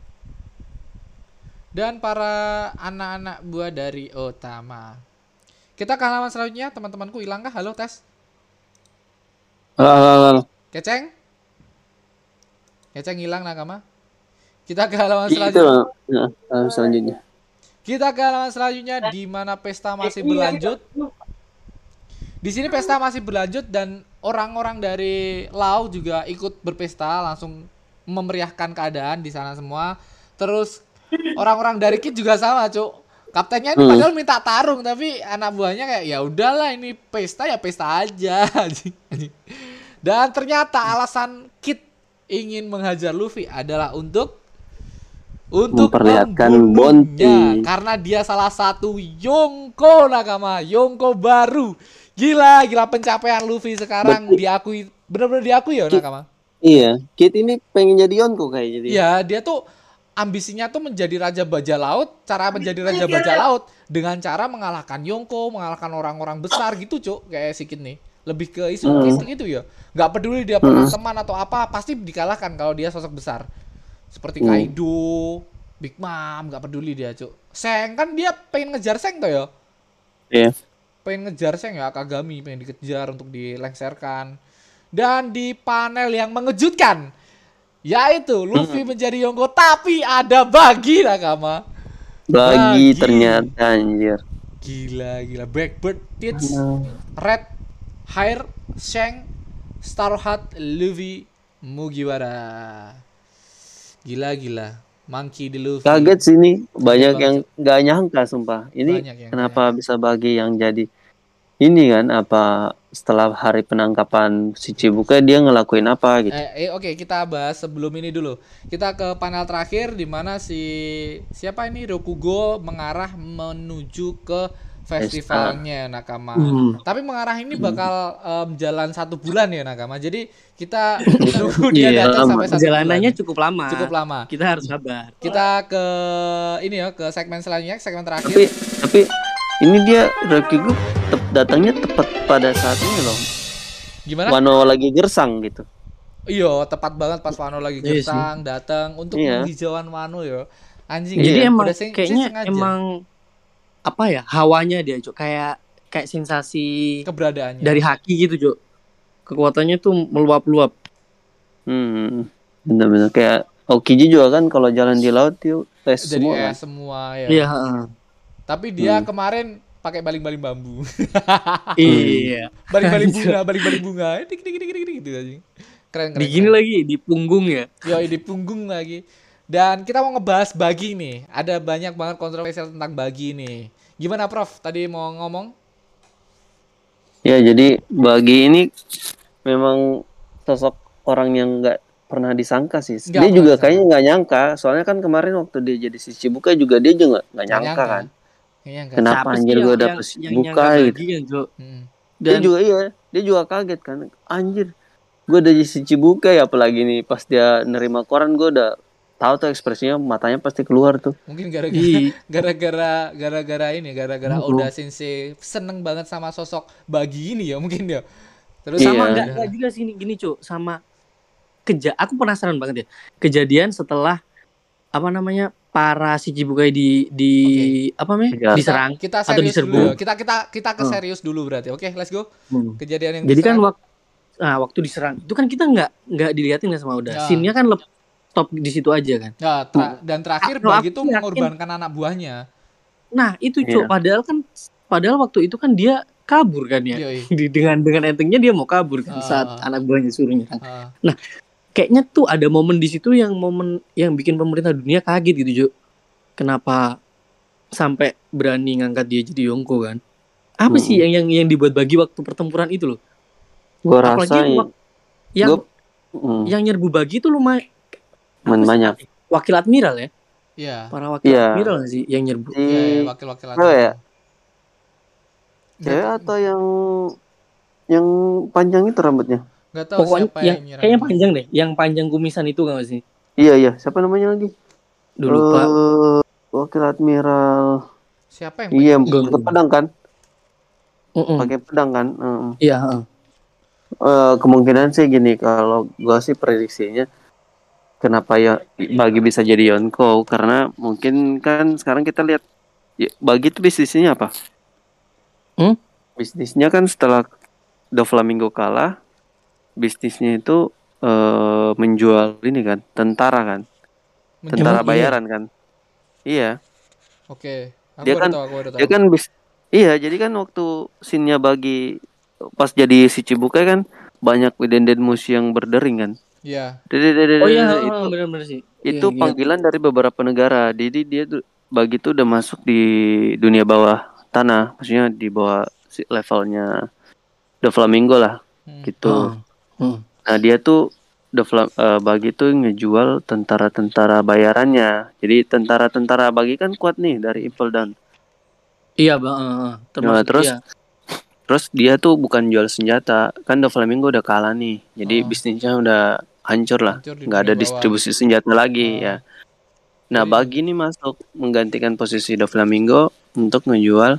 Dan para anak-anak buah dari Otama. Kita ke halaman selanjutnya, teman-temanku hilang kah? Halo, tes. Halo, halo, halo. Keceng? Keceng hilang nakama. Kita ke halaman Itu selanjutnya. nah, halaman selanjutnya. Kita ke halaman selanjutnya di mana pesta masih berlanjut. Di sini pesta masih berlanjut dan orang-orang dari Lau juga ikut berpesta, langsung memeriahkan keadaan di sana semua. Terus orang-orang dari Kid juga sama, Cuk. Kaptennya ini Hmm. padahal minta tarung tapi anak buahnya kayak ya udahlah ini pesta ya pesta aja. Dan ternyata alasan Kid ingin menghajar Luffy adalah untuk untuk Memperlihatkan membunuhnya. Bonti. Karena dia salah satu Yonko nakama, Yonko baru. Gila, gila pencapaian Luffy sekarang diakui, benar-benar diakui ya nakama. Iya, Kit ini pengen jadi Yonko kayak jadi. Iya, dia tuh ambisinya tuh menjadi raja bajak laut. Cara menjadi raja bajak laut dengan cara mengalahkan Yonko, mengalahkan orang-orang besar gitu, Cuk. Kayak si Kid nih. Lebih ke isu Hmm. itu gitu ya. Nggak peduli dia pernah teman atau apa, pasti dikalahkan kalau dia sosok besar. Seperti Hmm. Kaido, Big Mom, nggak peduli dia, Cuk. Seng kan dia pengen ngejar Seng tuh ya. Iya. Pengen ngejar Seng ya, Kagami pengen dikejar untuk dilengserkan. Dan di panel yang mengejutkan, yaitu Luffy menjadi Yonko tapi ada Bagi nakama. Bagi Bagi. ternyata anjir. Gila gila Blackbird, Tits, Red, Hair, Shank, Starheart, Luffy, Mugiwara. Gila gila. Monkey di Luffy. Kaget sih ini, banyak banget, yang nggak nyangka sumpah. Ini Banyak yang kenapa bisa Bagi yang jadi ini kan apa setelah hari penangkapan si Chibukai dia ngelakuin apa gitu. Eh, eh, oke kita bahas sebelum ini dulu. Kita ke panel terakhir di mana si siapa ini Rokugo mengarah menuju ke festivalnya nakama. Hmm. Tapi mengarah ini bakal em, jalan satu bulan ya nakama. Jadi kita tunggu dia Iya, datang lama. sampai satu Perjalanannya bulan. cukup lama. Cukup lama. Kita harus sabar. Kita ke ini ya ke segmen selanjutnya, segmen Tapi terakhir. tapi ini dia Rokugo tep, datangnya tepat pada saat ini loh. Gimana? Wano lagi gersang gitu. Iya, tepat banget pas Wano lagi Iya sih. gersang datang untuk Iya. penghijauan Wano ya. Anjing. Jadi Iya. emang Udah sing- kayaknya sing sengaja. emang apa ya hawanya dia, Cuk. Kayak kayak sensasi keberadaannya. dari haki gitu, Cuk. Kekuatannya tuh meluap-luap. Hmm, bener-bener kayak Okiji juga kan kalau jalan di laut tuh es Jadi semua es kan. semua ya. Iya, heeh. Tapi dia Hmm. kemarin pakai baling-baling bambu. Iya. baling-baling bunga, baling-baling bunga. Dik dik dik dik dik gitu aja. Keren keren. Di gini keren. lagi di punggung ya. Yo, di punggung lagi. Dan kita mau ngebahas Bagi nih. Ada banyak banget kontroversial tentang Bagi nih. Gimana Prof? Tadi mau ngomong? Ya jadi Bagi ini memang sosok orang yang nggak pernah disangka sih. Nggak dia pernah juga disangka. kayaknya nggak nyangka. Soalnya kan kemarin waktu dia jadi si Chibukai juga dia juga nggak nggak nyangka kan. Iya enggak. Kenapa Siapa sih anjir yang- gue yang- dapet si yang nyangka Chibukai gitu. Bagi kan, Cuk? Hmm. Dia Dan juga iya, dia juga kaget kan. Anjir, gue udah jadi si Chibukai apalagi nih pas dia nerima koran gue udah tahu tuh ekspresinya matanya pasti keluar tuh. Mungkin gara-gara Ih. gara-gara gara-gara ini, gara-gara Mm-mm. Oda Sensei seneng banget sama sosok Bagi ini ya mungkin ya. Terus Iya. Sama enggak enggak juga sih gini, Cuk, sama keja aku penasaran banget ya. Kejadian setelah apa namanya? Para Shichibukai di di apa namanya? Kejar. Diserang kita atau serius diserbu. dulu ya. Kita kita kita ke Hmm. serius dulu berarti. Oke, let's go. Hmm. Kejadian yang Jadi kan diserang. waktu nah, waktu diserang itu kan kita nggak nggak diliatin ya sama Oda. Ya. Scene-nya kan lep- stop di situ aja kan. Ya, tra- dan terakhir Kalau Bagi aku tuh yakin- mengorbankan anak buahnya. Nah, itu Cuk, Iya. padahal kan padahal waktu itu kan dia kabur kan ya. Yoi. Di, dengan dengan entengnya dia mau kabur kan Ah. saat anak buahnya suruh nyerang. Ah, Kayaknya tuh ada momen di situ yang momen yang bikin pemerintah dunia kaget gitu, Cuk. Kenapa sampai berani ngangkat dia jadi Yonko kan? Apa Hmm. sih yang yang yang dibuat Bagi waktu pertempuran itu loh? Gue Apalagi rasa yang, wak- yang gua- mm, yang nyerbu Bagi itu lumayan men banyak. wakil admiral ya, Iya. para wakil Iya. admiral nggak sih yang nyerbu. Iya, iya, Si wakil-wakil Oh, ya? Nggak- cewek atau yang yang panjang itu rambutnya? nggak tahu Pokoknya siapa yang yang nyerang. kayaknya panjang deh, yang panjang kumisan itu kan sih? Iya iya, siapa namanya lagi? Dulu Pak. Eh, Wakil Admiral. Siapa yang Iya, pakai- pakai pedang kan? Mm-mm. Pakai pedang kan? Heeh. Iya, heeh. Eh, kemungkinan sih gini, kalau gua sih prediksinya kenapa ya Bagi bisa jadi Yonko, karena mungkin kan sekarang kita lihat ya, Bagi itu bisnisnya apa? Hmm? Bisnisnya kan setelah Doflamingo kalah, bisnisnya itu eh, menjual ini kan, tentara kan, tentara Emang iya? bayaran kan. Iya, Oke. Aku Dia baru kan- tahu, aku baru tahu. dia kan bis, iya jadi kan waktu scene-nya Bagi pas jadi si Shichibukai kan banyak denden musuh yang berdering kan. Iya. Oh iya, itu benar-benar sih. itu Iya, panggilan dari beberapa negara. Jadi dia tuh Bagi tuh udah masuk di dunia bawah tanah, maksudnya di bawah si- levelnya Doflamingo lah Hmm. gitu. Oh. Hmm. Nah dia tuh Dofla, eh, Bagi tuh ngejual tentara-tentara bayarannya. Jadi tentara-tentara Bagi kan kuat nih dari Impel Down. Iya, Bang. heeh, heeh. Termasuk Nah, terus iya. Terus dia tuh bukan jual senjata, kan Doflamingo udah kalah nih, jadi Oh. bisnisnya udah hancur lah, Hancur di nggak ada dunia bawah. distribusi senjata lagi Oh. ya. Nah Jadi- Bagi nih masuk menggantikan posisi Doflamingo untuk ngejual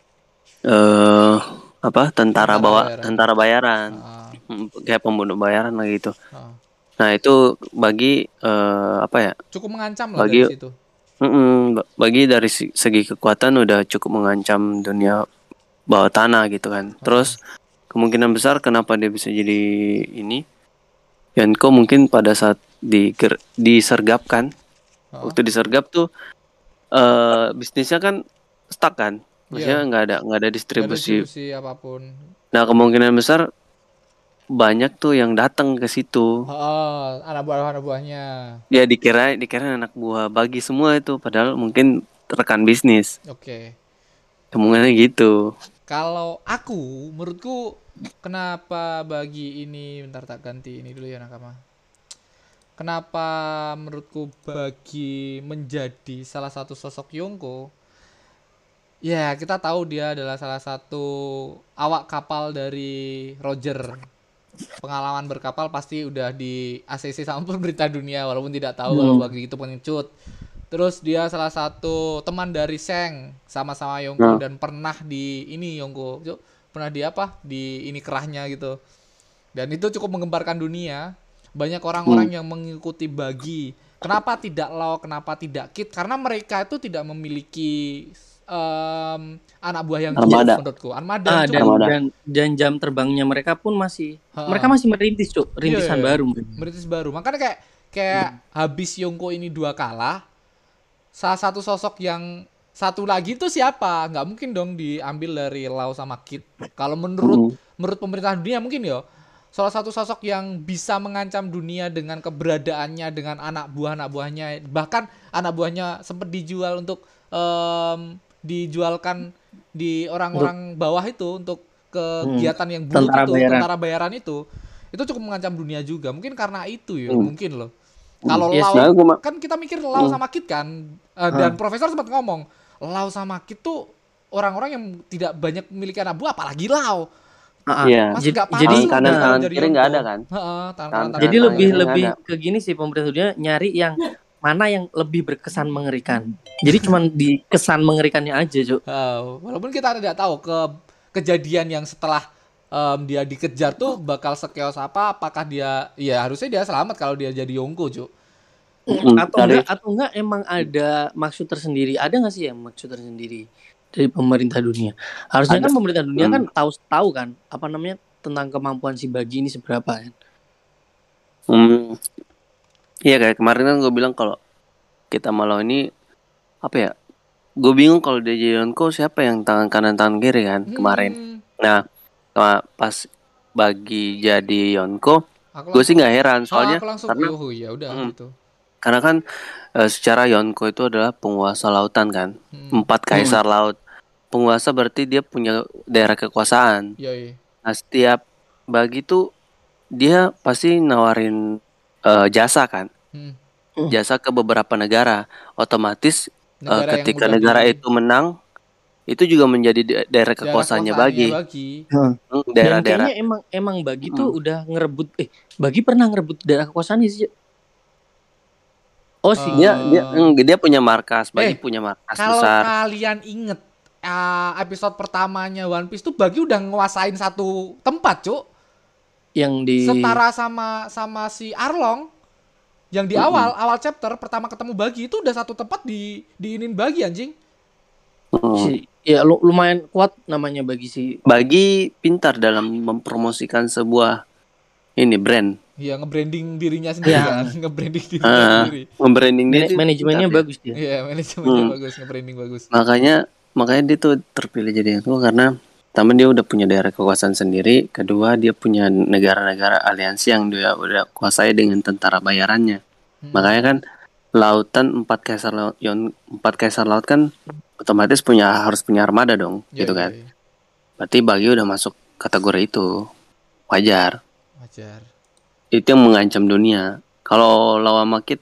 eh apa tentara Tentara bawa bayaran. tentara bayaran, Ah, Hmm, kayak pembunuh bayaran lah gitu. ah. Nah itu Bagi eh, apa ya? Cukup mengancam lah Bagi- dari situ. Mm-mm, ba- Bagi dari si- segi kekuatan udah cukup mengancam dunia bawah tanah gitu kan. Terus kemungkinan besar kenapa dia bisa jadi ini Yonko mungkin pada saat diger- disergap kan. Ah. Waktu disergap tuh eh bisnisnya kan stuck kan. Maksudnya Iya. nggak ada nggak ada Nggak ada distribusi. distribusi apapun. Nah kemungkinan besar banyak tuh yang datang ke situ. Oh, anak buah anak buahnya. Ya dikira dikira anak buah Bagi semua itu, padahal mungkin rekan bisnis. Oke. Kemungkinan gitu. Kalau aku, menurutku kenapa Bagi ini, bentar tak ganti ini dulu ya nakama. Kenapa menurutku Bagi menjadi salah satu sosok Yonko? Ya, kita tahu dia adalah salah satu awak kapal dari Roger. Pengalaman berkapal pasti udah di A C C sama pemerintah dunia, walaupun tidak tahu kalau Bagi itu pengecut. Terus dia salah satu teman dari Seng, sama-sama Yonko Nah. dan pernah di ini Yonko, Cuk, pernah di apa? Di ini kerahnya gitu. Dan itu cukup menggemparkan dunia. Banyak orang-orang yang mengikuti Bagi. Kenapa tidak Law, kenapa tidak Kid? Karena mereka itu tidak memiliki em, anak buah yang Armada. kuat menurutku. Armada. Ah, Cuk. dan, Armada. dan dan jam terbangnya mereka pun masih Ha-ha. mereka masih merintis, Cuk. Rintisan Iya, iya. baru. Meritis baru. Makanya kayak kayak habis Yonko ini dua kalah, salah satu sosok yang satu lagi tuh siapa? Nggak mungkin dong diambil dari Lau sama Kid. Kalau menurut menurut pemerintah dunia mungkin ya salah satu sosok yang bisa mengancam dunia dengan keberadaannya, dengan anak buah anak buahnya, bahkan anak buahnya sempat dijual untuk em, dijualkan di orang-orang bawah itu untuk kegiatan yang buruk Tentara itu, bayaran. tentara bayaran itu, itu cukup mengancam dunia juga. Mungkin karena itu ya, Hmm. mungkin loh. Kalau Yes, Lau nah, gua ma- kan kita mikir Lau sama Kid kan, Eh, dan Profesor sempat ngomong Lau sama Kid tuh orang-orang yang tidak banyak memiliki anak buah, apalagi Lau. Ah, ah. Iya. Mas Jadi- nggak pantas jadi- loh kanan kalau kanan jadi kiri nggak Yonko. ada kan? Heeh, tangan Tangan kanan Jadi Tangan lebih tangan lebih ada. ke gini sih pemerintah dunia nyari yang mana yang lebih berkesan mengerikan. Jadi cuman di kesan mengerikannya aja, Cuk. Oh, walaupun kita tidak tahu ke kejadian yang setelah em, dia dikejar tuh bakal sekeos apa, apakah dia ya harusnya dia selamat kalau dia jadi Yonko, Cuk. Mm, Atau dari enggak atau enggak emang ada maksud tersendiri? Ada nggak sih yang maksud tersendiri dari pemerintah dunia? Harusnya Ada. kan pemerintah dunia Hmm. kan tahu tahu kan apa namanya tentang kemampuan si Bagi ini seberapa kan. Hmm, iya kayak kemarin kan gue bilang kalau kita malau ini apa ya? Gue bingung kalau dia jadi Yonko siapa yang tangan kanan tangan kiri kan kemarin. Hmm, Nah pa- pas Bagi jadi Yonko, aku gue sih langsung, nggak heran ah, soalnya aku langsung, karena oh ya udah Mm. gitu. karena kan eh, secara Yonko itu adalah penguasa lautan kan, Hmm, empat kaisar laut. Penguasa berarti dia punya daerah kekuasaan. yoi. Nah setiap Bagi tuh dia pasti nawarin eh, jasa kan, Hmm. jasa ke beberapa negara. Otomatis eh, Negara yang ketika udah negara di itu menang, itu juga menjadi da- daerah daerah kekuasaannya kekuasaannya Bagi. Bagi. Hmm, Dan daerah-daerah. kayaknya emang emang Bagi Mm. tuh udah ngerebut eh Bagi pernah ngerebut daerah kekuasaannya sih. Cuk. Oh sih. Dia dia Em, mm, dia punya markas, Bagi eh, punya markas kalau besar. kalian inget ah, episode pertamanya One Piece tuh Bagi udah nguasain satu tempat, Cuk. Yang di Setara sama sama si Arlong yang di awal awal chapter pertama ketemu Bagi itu udah satu tempat di diinin Bagi anjing. Mm. si ya lu- lumayan kuat namanya Bagi si. Bagi pintar dalam mempromosikan sebuah ini brand. Iya, nge-branding dirinya sendiri Ya. kan, nge-branding dirinya Ah, sendiri. membranding dia Mana- tuh manajemennya pintar dia. bagus dia. Iya, manajemennya Hmm. bagus, nge-branding bagus. Makanya makanya dia tuh terpilih jadi itu karena pertama dia udah punya daerah kekuasaan sendiri, kedua dia punya negara-negara aliansi yang dia udah kuasai dengan tentara bayarannya. Hmm. Makanya kan lautan empat kaisar laut, yon empat kaisar laut kan otomatis punya harus punya armada dong, Iya, gitu iya, kan. iya. Berarti Bagi udah masuk kategori itu, wajar. Wajar. Itu yang mengancam dunia. Kalau lawan Makit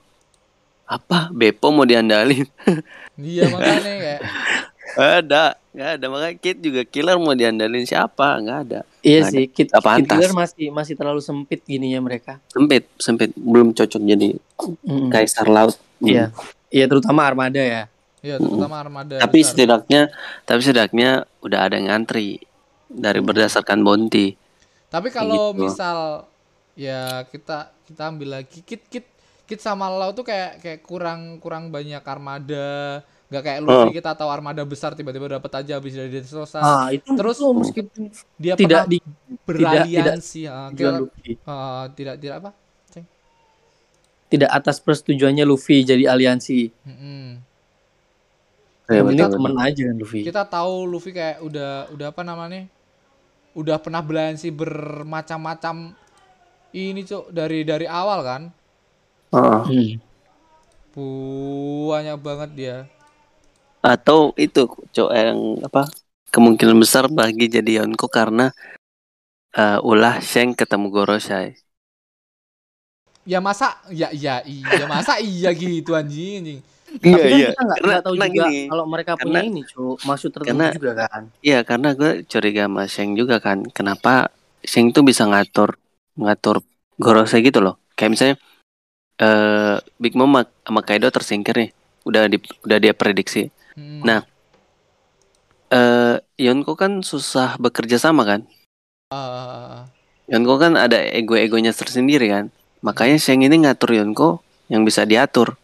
apa Beppo mau diandalin? Iya, makanya kayak Nggak ada, nggak ada. Makanya Kit juga killer mau diandalin siapa? Nggak ada. Iya Nggak sih, ada. Kid, Nggak Kid pantas. Killer masih masih terlalu sempit gininya mereka. Sempit, sempit. Belum cocok jadi Mm-mm. kaisar laut. Hmm. Iya, iya terutama armada ya. ya terutama armada Tapi besar. setidaknya, tapi setidaknya udah ada yang ngantri dari berdasarkan bounty. Tapi kalau gitu. misal ya kita kita ambil lagi Kit Kit Kit sama Lau tuh kayak kayak kurang kurang banyak armada. Nggak kayak Luffy Oh. kita tahu armada besar tiba-tiba dapat aja habis dari Dressrosa. Ah itu Terus itu meskipun dia tidak pernah di beraliansi ah, tidak kita- Luffy. ah, tidak tidak apa? Ceng? Tidak atas persetujuannya Luffy jadi aliansi. Mm-mm. Iya, Yang penting betul, temen aja kan Luffy. Kita tahu Luffy kayak udah udah apa namanya? Udah pernah beraliansi bermacam-macam ini cuk dari dari awal kan. Heeh. Hmm. Banyak banget dia. Atau itu cok yang apa? Kemungkinan besar Bagi jadi Yonko karena eh, ulah Shanks ketemu Gorosei. Ya masa ya ya iya masa iya gitu anjing anjing. Tapi kan kita nggak Karena- nggak tahu karena juga gini, kalau mereka karena- punya ini cu maksud tertentu karena- juga kan. Iya, karena gue curiga sama Shanks juga kan. Kenapa Shanks tuh bisa ngatur ngatur Gorosei gitu loh. Kayak misalnya eh Big Mom sama- sama Kaido tersingkir nih. Udah di, udah dia prediksi. Hmm. Nah. Eh Yonko kan susah bekerja sama kan. Ah, Yonko kan ada ego-egonya tersendiri kan. Makanya Shanks ini ngatur Yonko yang bisa diatur.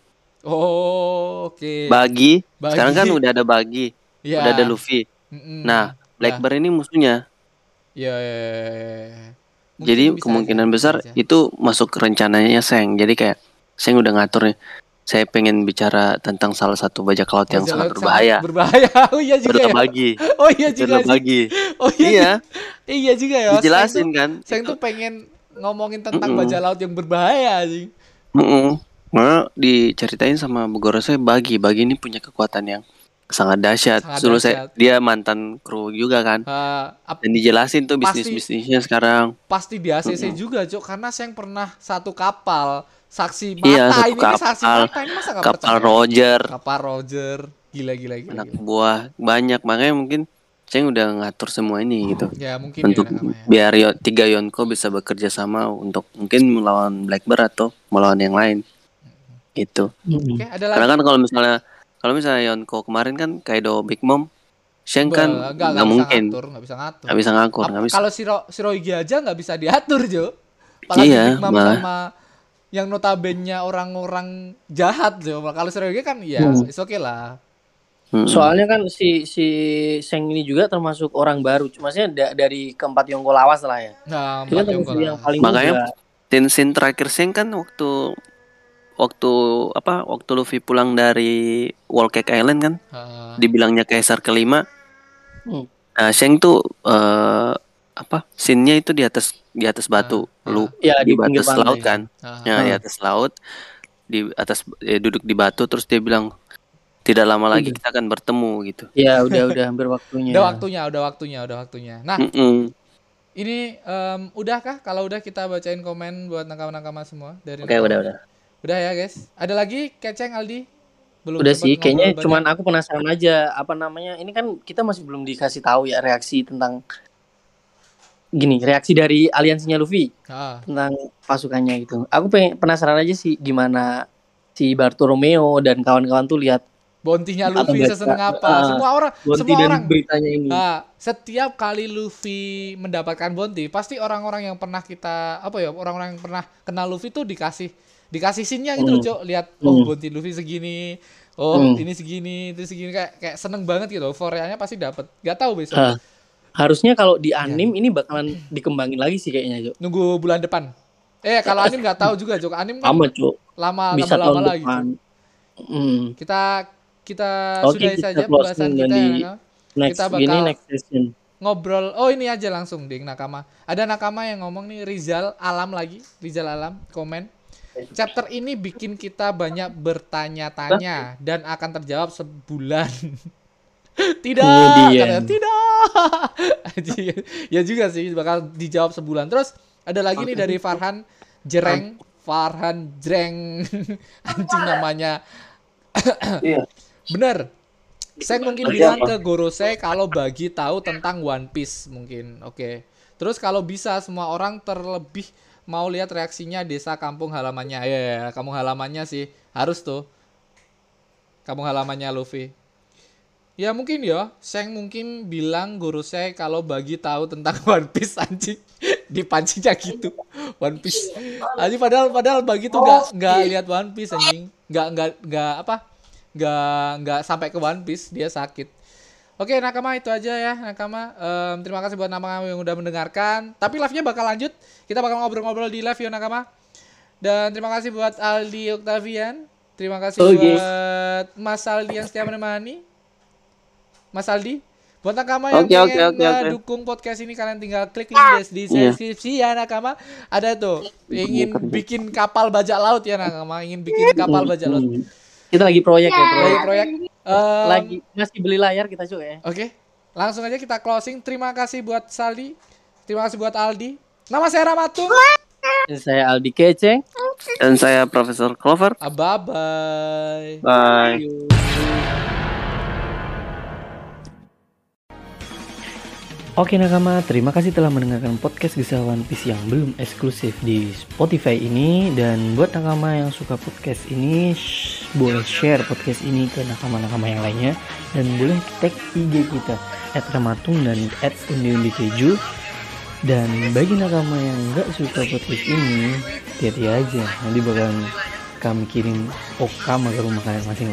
oh oke. Bagi, Bagi. sekarang kan udah ada Bagi, Ya. udah ada Luffy. Mm-mm. Nah, Blackbird ini musuhnya. Ya, ya, ya, ya, ya. Mungkin Jadi bisa kemungkinan aja, besar bisa aja. itu masuk ke rencananya Seng. Jadi kayak Seng udah ngatur nih. Saya pengen bicara tentang salah satu bajak laut yang Bajak sangat laut berbahaya. Berbahaya. Oh iya juga Adalah ya. Bagi. Oh iya Itu juga. adalah sih. Bagi. Oh iya. Iya, Iya juga ya. dijelasin kan. Saya Itu- tuh pengen ngomongin tentang Mm-mm. bajak laut yang berbahaya anjing. Mm-mm. Nah, diceritain sama Bu Gorosei Bagi. Bagi ini punya kekuatan yang sangat dahsyat. Sangat Dulu saya dahsyat. dia mantan kru juga kan. Ah, ap- Dan dijelasin tuh Pasti- bisnis-bisnisnya sekarang. pasti di A C C juga, Cok, karena saya yang pernah satu kapal saksi mata Iya, satu ini nih saksi kapal. mata ini masa nggak Kapal percaya? Roger, Kapal Roger, gila gila gila. anak gila. buah banyak. Makanya mungkin Ceng udah ngatur semua ini gitu. Ya mungkin Untuk ya namanya. biar yo, tiga Yonko bisa bekerja sama untuk mungkin melawan Blackbird atau melawan yang lain. gitu. Mm-mm. Oke, ada lagi? Karena kan kalau misalnya kalau misalnya Yonko kemarin kan Kaido Big Mom, Shank kan Be- nggak nggak nggak bisa mungkin, ngatur, nggak bisa ngatur. nggak bisa ngakur, Ap- nggak bisa. Kalau Shiro Shirohige aja nggak bisa diatur, Jo. Apalagi Iya, Big Mom malah. sama yang notabene orang-orang jahat, Jo. Kalau Shirohige kan ya, Hmm. it's okay lah. Mm-mm. Soalnya kan si si Seng ini juga termasuk orang baru, maksudnya da- dari keempat Yonko lawas lah ya. Nah, Dia kan Mbak termasuk Yongko yang lah. paling Makanya muda. scene scene terakhir Shank kan waktu waktu apa waktu Luffy pulang dari Whole Cake Island kan, Ah, dibilangnya kaisar kelima. Hmm. Nah, Shank tuh eh, apa scene-nya itu di atas di atas batu, Ah, lu Ya di di pinggir batas pantai. laut kan. ah. Ya, di Ah. atas laut, di atas eh, duduk di batu, terus dia bilang tidak lama lagi Udah. kita akan bertemu gitu. Ya udah udah hampir waktunya. Udah waktunya, udah waktunya, udah waktunya. Nah, Mm-mm. ini em, udahkah? Kalau udah kita bacain komen buat nakama-nakama semua dari Oke, nakama. udah udah. Udah ya, guys. Ada lagi Keceng, Aldi? Belum Udah sempet sih, ngobrol kayaknya banyak. cuman aku penasaran aja apa namanya. Ini kan kita masih belum dikasih tahu ya reaksi tentang gini, reaksi dari aliansinya Luffy Ah, tentang pasukannya gitu. Aku pengen penasaran aja sih gimana si Bartolomeo dan kawan-kawan tuh lihat bounty-nya atau Luffy mereka- seseneng apa? ah, Semua orang, Bonti semua dan orang. beritanya ini. Ah, setiap kali Luffy mendapatkan bounty, pasti orang-orang yang pernah kita apa ya, orang-orang yang pernah kenal Luffy tuh dikasih dikasih scene-nya gitu loh, Hmm. Cok. Lihat, oh Hmm. bounty Luffy segini. Oh, Hmm. ini segini, itu segini, kayak kayak seneng banget gitu. Euforianya pasti dapet. Gak tahu besok. Ah, harusnya kalau di Iya. anim ini bakalan dikembangin lagi sih kayaknya, Cok. Nunggu bulan depan. Eh, kalau anim nggak tahu juga, Cok. Anim kan Lama, Cok. lama Bisa lama tahun lagi, depan. Cok. Hmm. Kita kita Oke, sudahi kita saja closing pembahasan kita di ya. Next Kita ini bakal- next session. Ngobrol. Oh, ini aja langsung ding nakama. Ada nakama yang ngomong nih, Rizal Alam lagi. Rizal Alam komen. Chapter ini bikin kita banyak bertanya-tanya dan akan terjawab sebulan. Tidak, Kemudian. katanya, tidak. Anjing. Ya juga sih bakal dijawab sebulan. Terus ada lagi nih dari Farhan Jereng, Farhan Jreng. Anjing namanya. Iya. Bener. Saya mungkin bilang ke Gorosei kalau bagi tahu tentang One Piece mungkin. Oke. Terus kalau bisa semua orang terlebih mau lihat reaksinya desa kampung halamannya. Ya, ya, ya, kampung halamannya sih harus tuh. Kampung halamannya Luffy. Ya mungkin ya, Seng mungkin bilang Gorosei kalau bagi tahu tentang One Piece anjing. Dipancingnya gitu. One Piece. Anjing padahal padahal bagi tuh nggak nggak lihat One Piece anjing. Nggak nggak nggak apa? Nggak nggak sampai ke One Piece, dia sakit. Oke, nakama itu aja ya, nakama. Em, terima kasih buat nakama yang udah mendengarkan. Tapi live-nya bakal lanjut. Kita bakal ngobrol-ngobrol di live ya nakama. Dan terima kasih buat Aldi Octavian. Terima kasih Oke. buat Mas Aldi yang setia menemani. Mas Aldi, buat nakama yang Oke, oke, pengen oke, uh, oke. dukung podcast ini, kalian tinggal klik link di Iya. deskripsi ya nakama. Ada tuh, ingin bikin kapal bajak laut ya nakama, ingin bikin kapal bajak laut. Hmm. Kita lagi proyek ya, Lagi proyek. proyek. Em, Lagi masih beli layar kita, Cok ya. Oke, langsung aja kita closing. Terima kasih buat Saldi, terima kasih buat Aldi. Nama saya Ramatung. Saya Aldi Keceng. Dan saya Profesor Clover. Ah, bye bye. Bye. Oke nakama, terima kasih telah mendengarkan podcast Kisah One Piece yang belum eksklusif di Spotify ini. Dan buat nakama yang suka podcast ini, shh, boleh share podcast ini ke nakama-nakama yang lainnya. Dan boleh tag I G kita at ramatung dan at undi-undi keju. Dan bagi nakama yang gak suka podcast ini, hati-hati aja, nanti bakalan kami kirim okama ke rumah kalian masing-masing.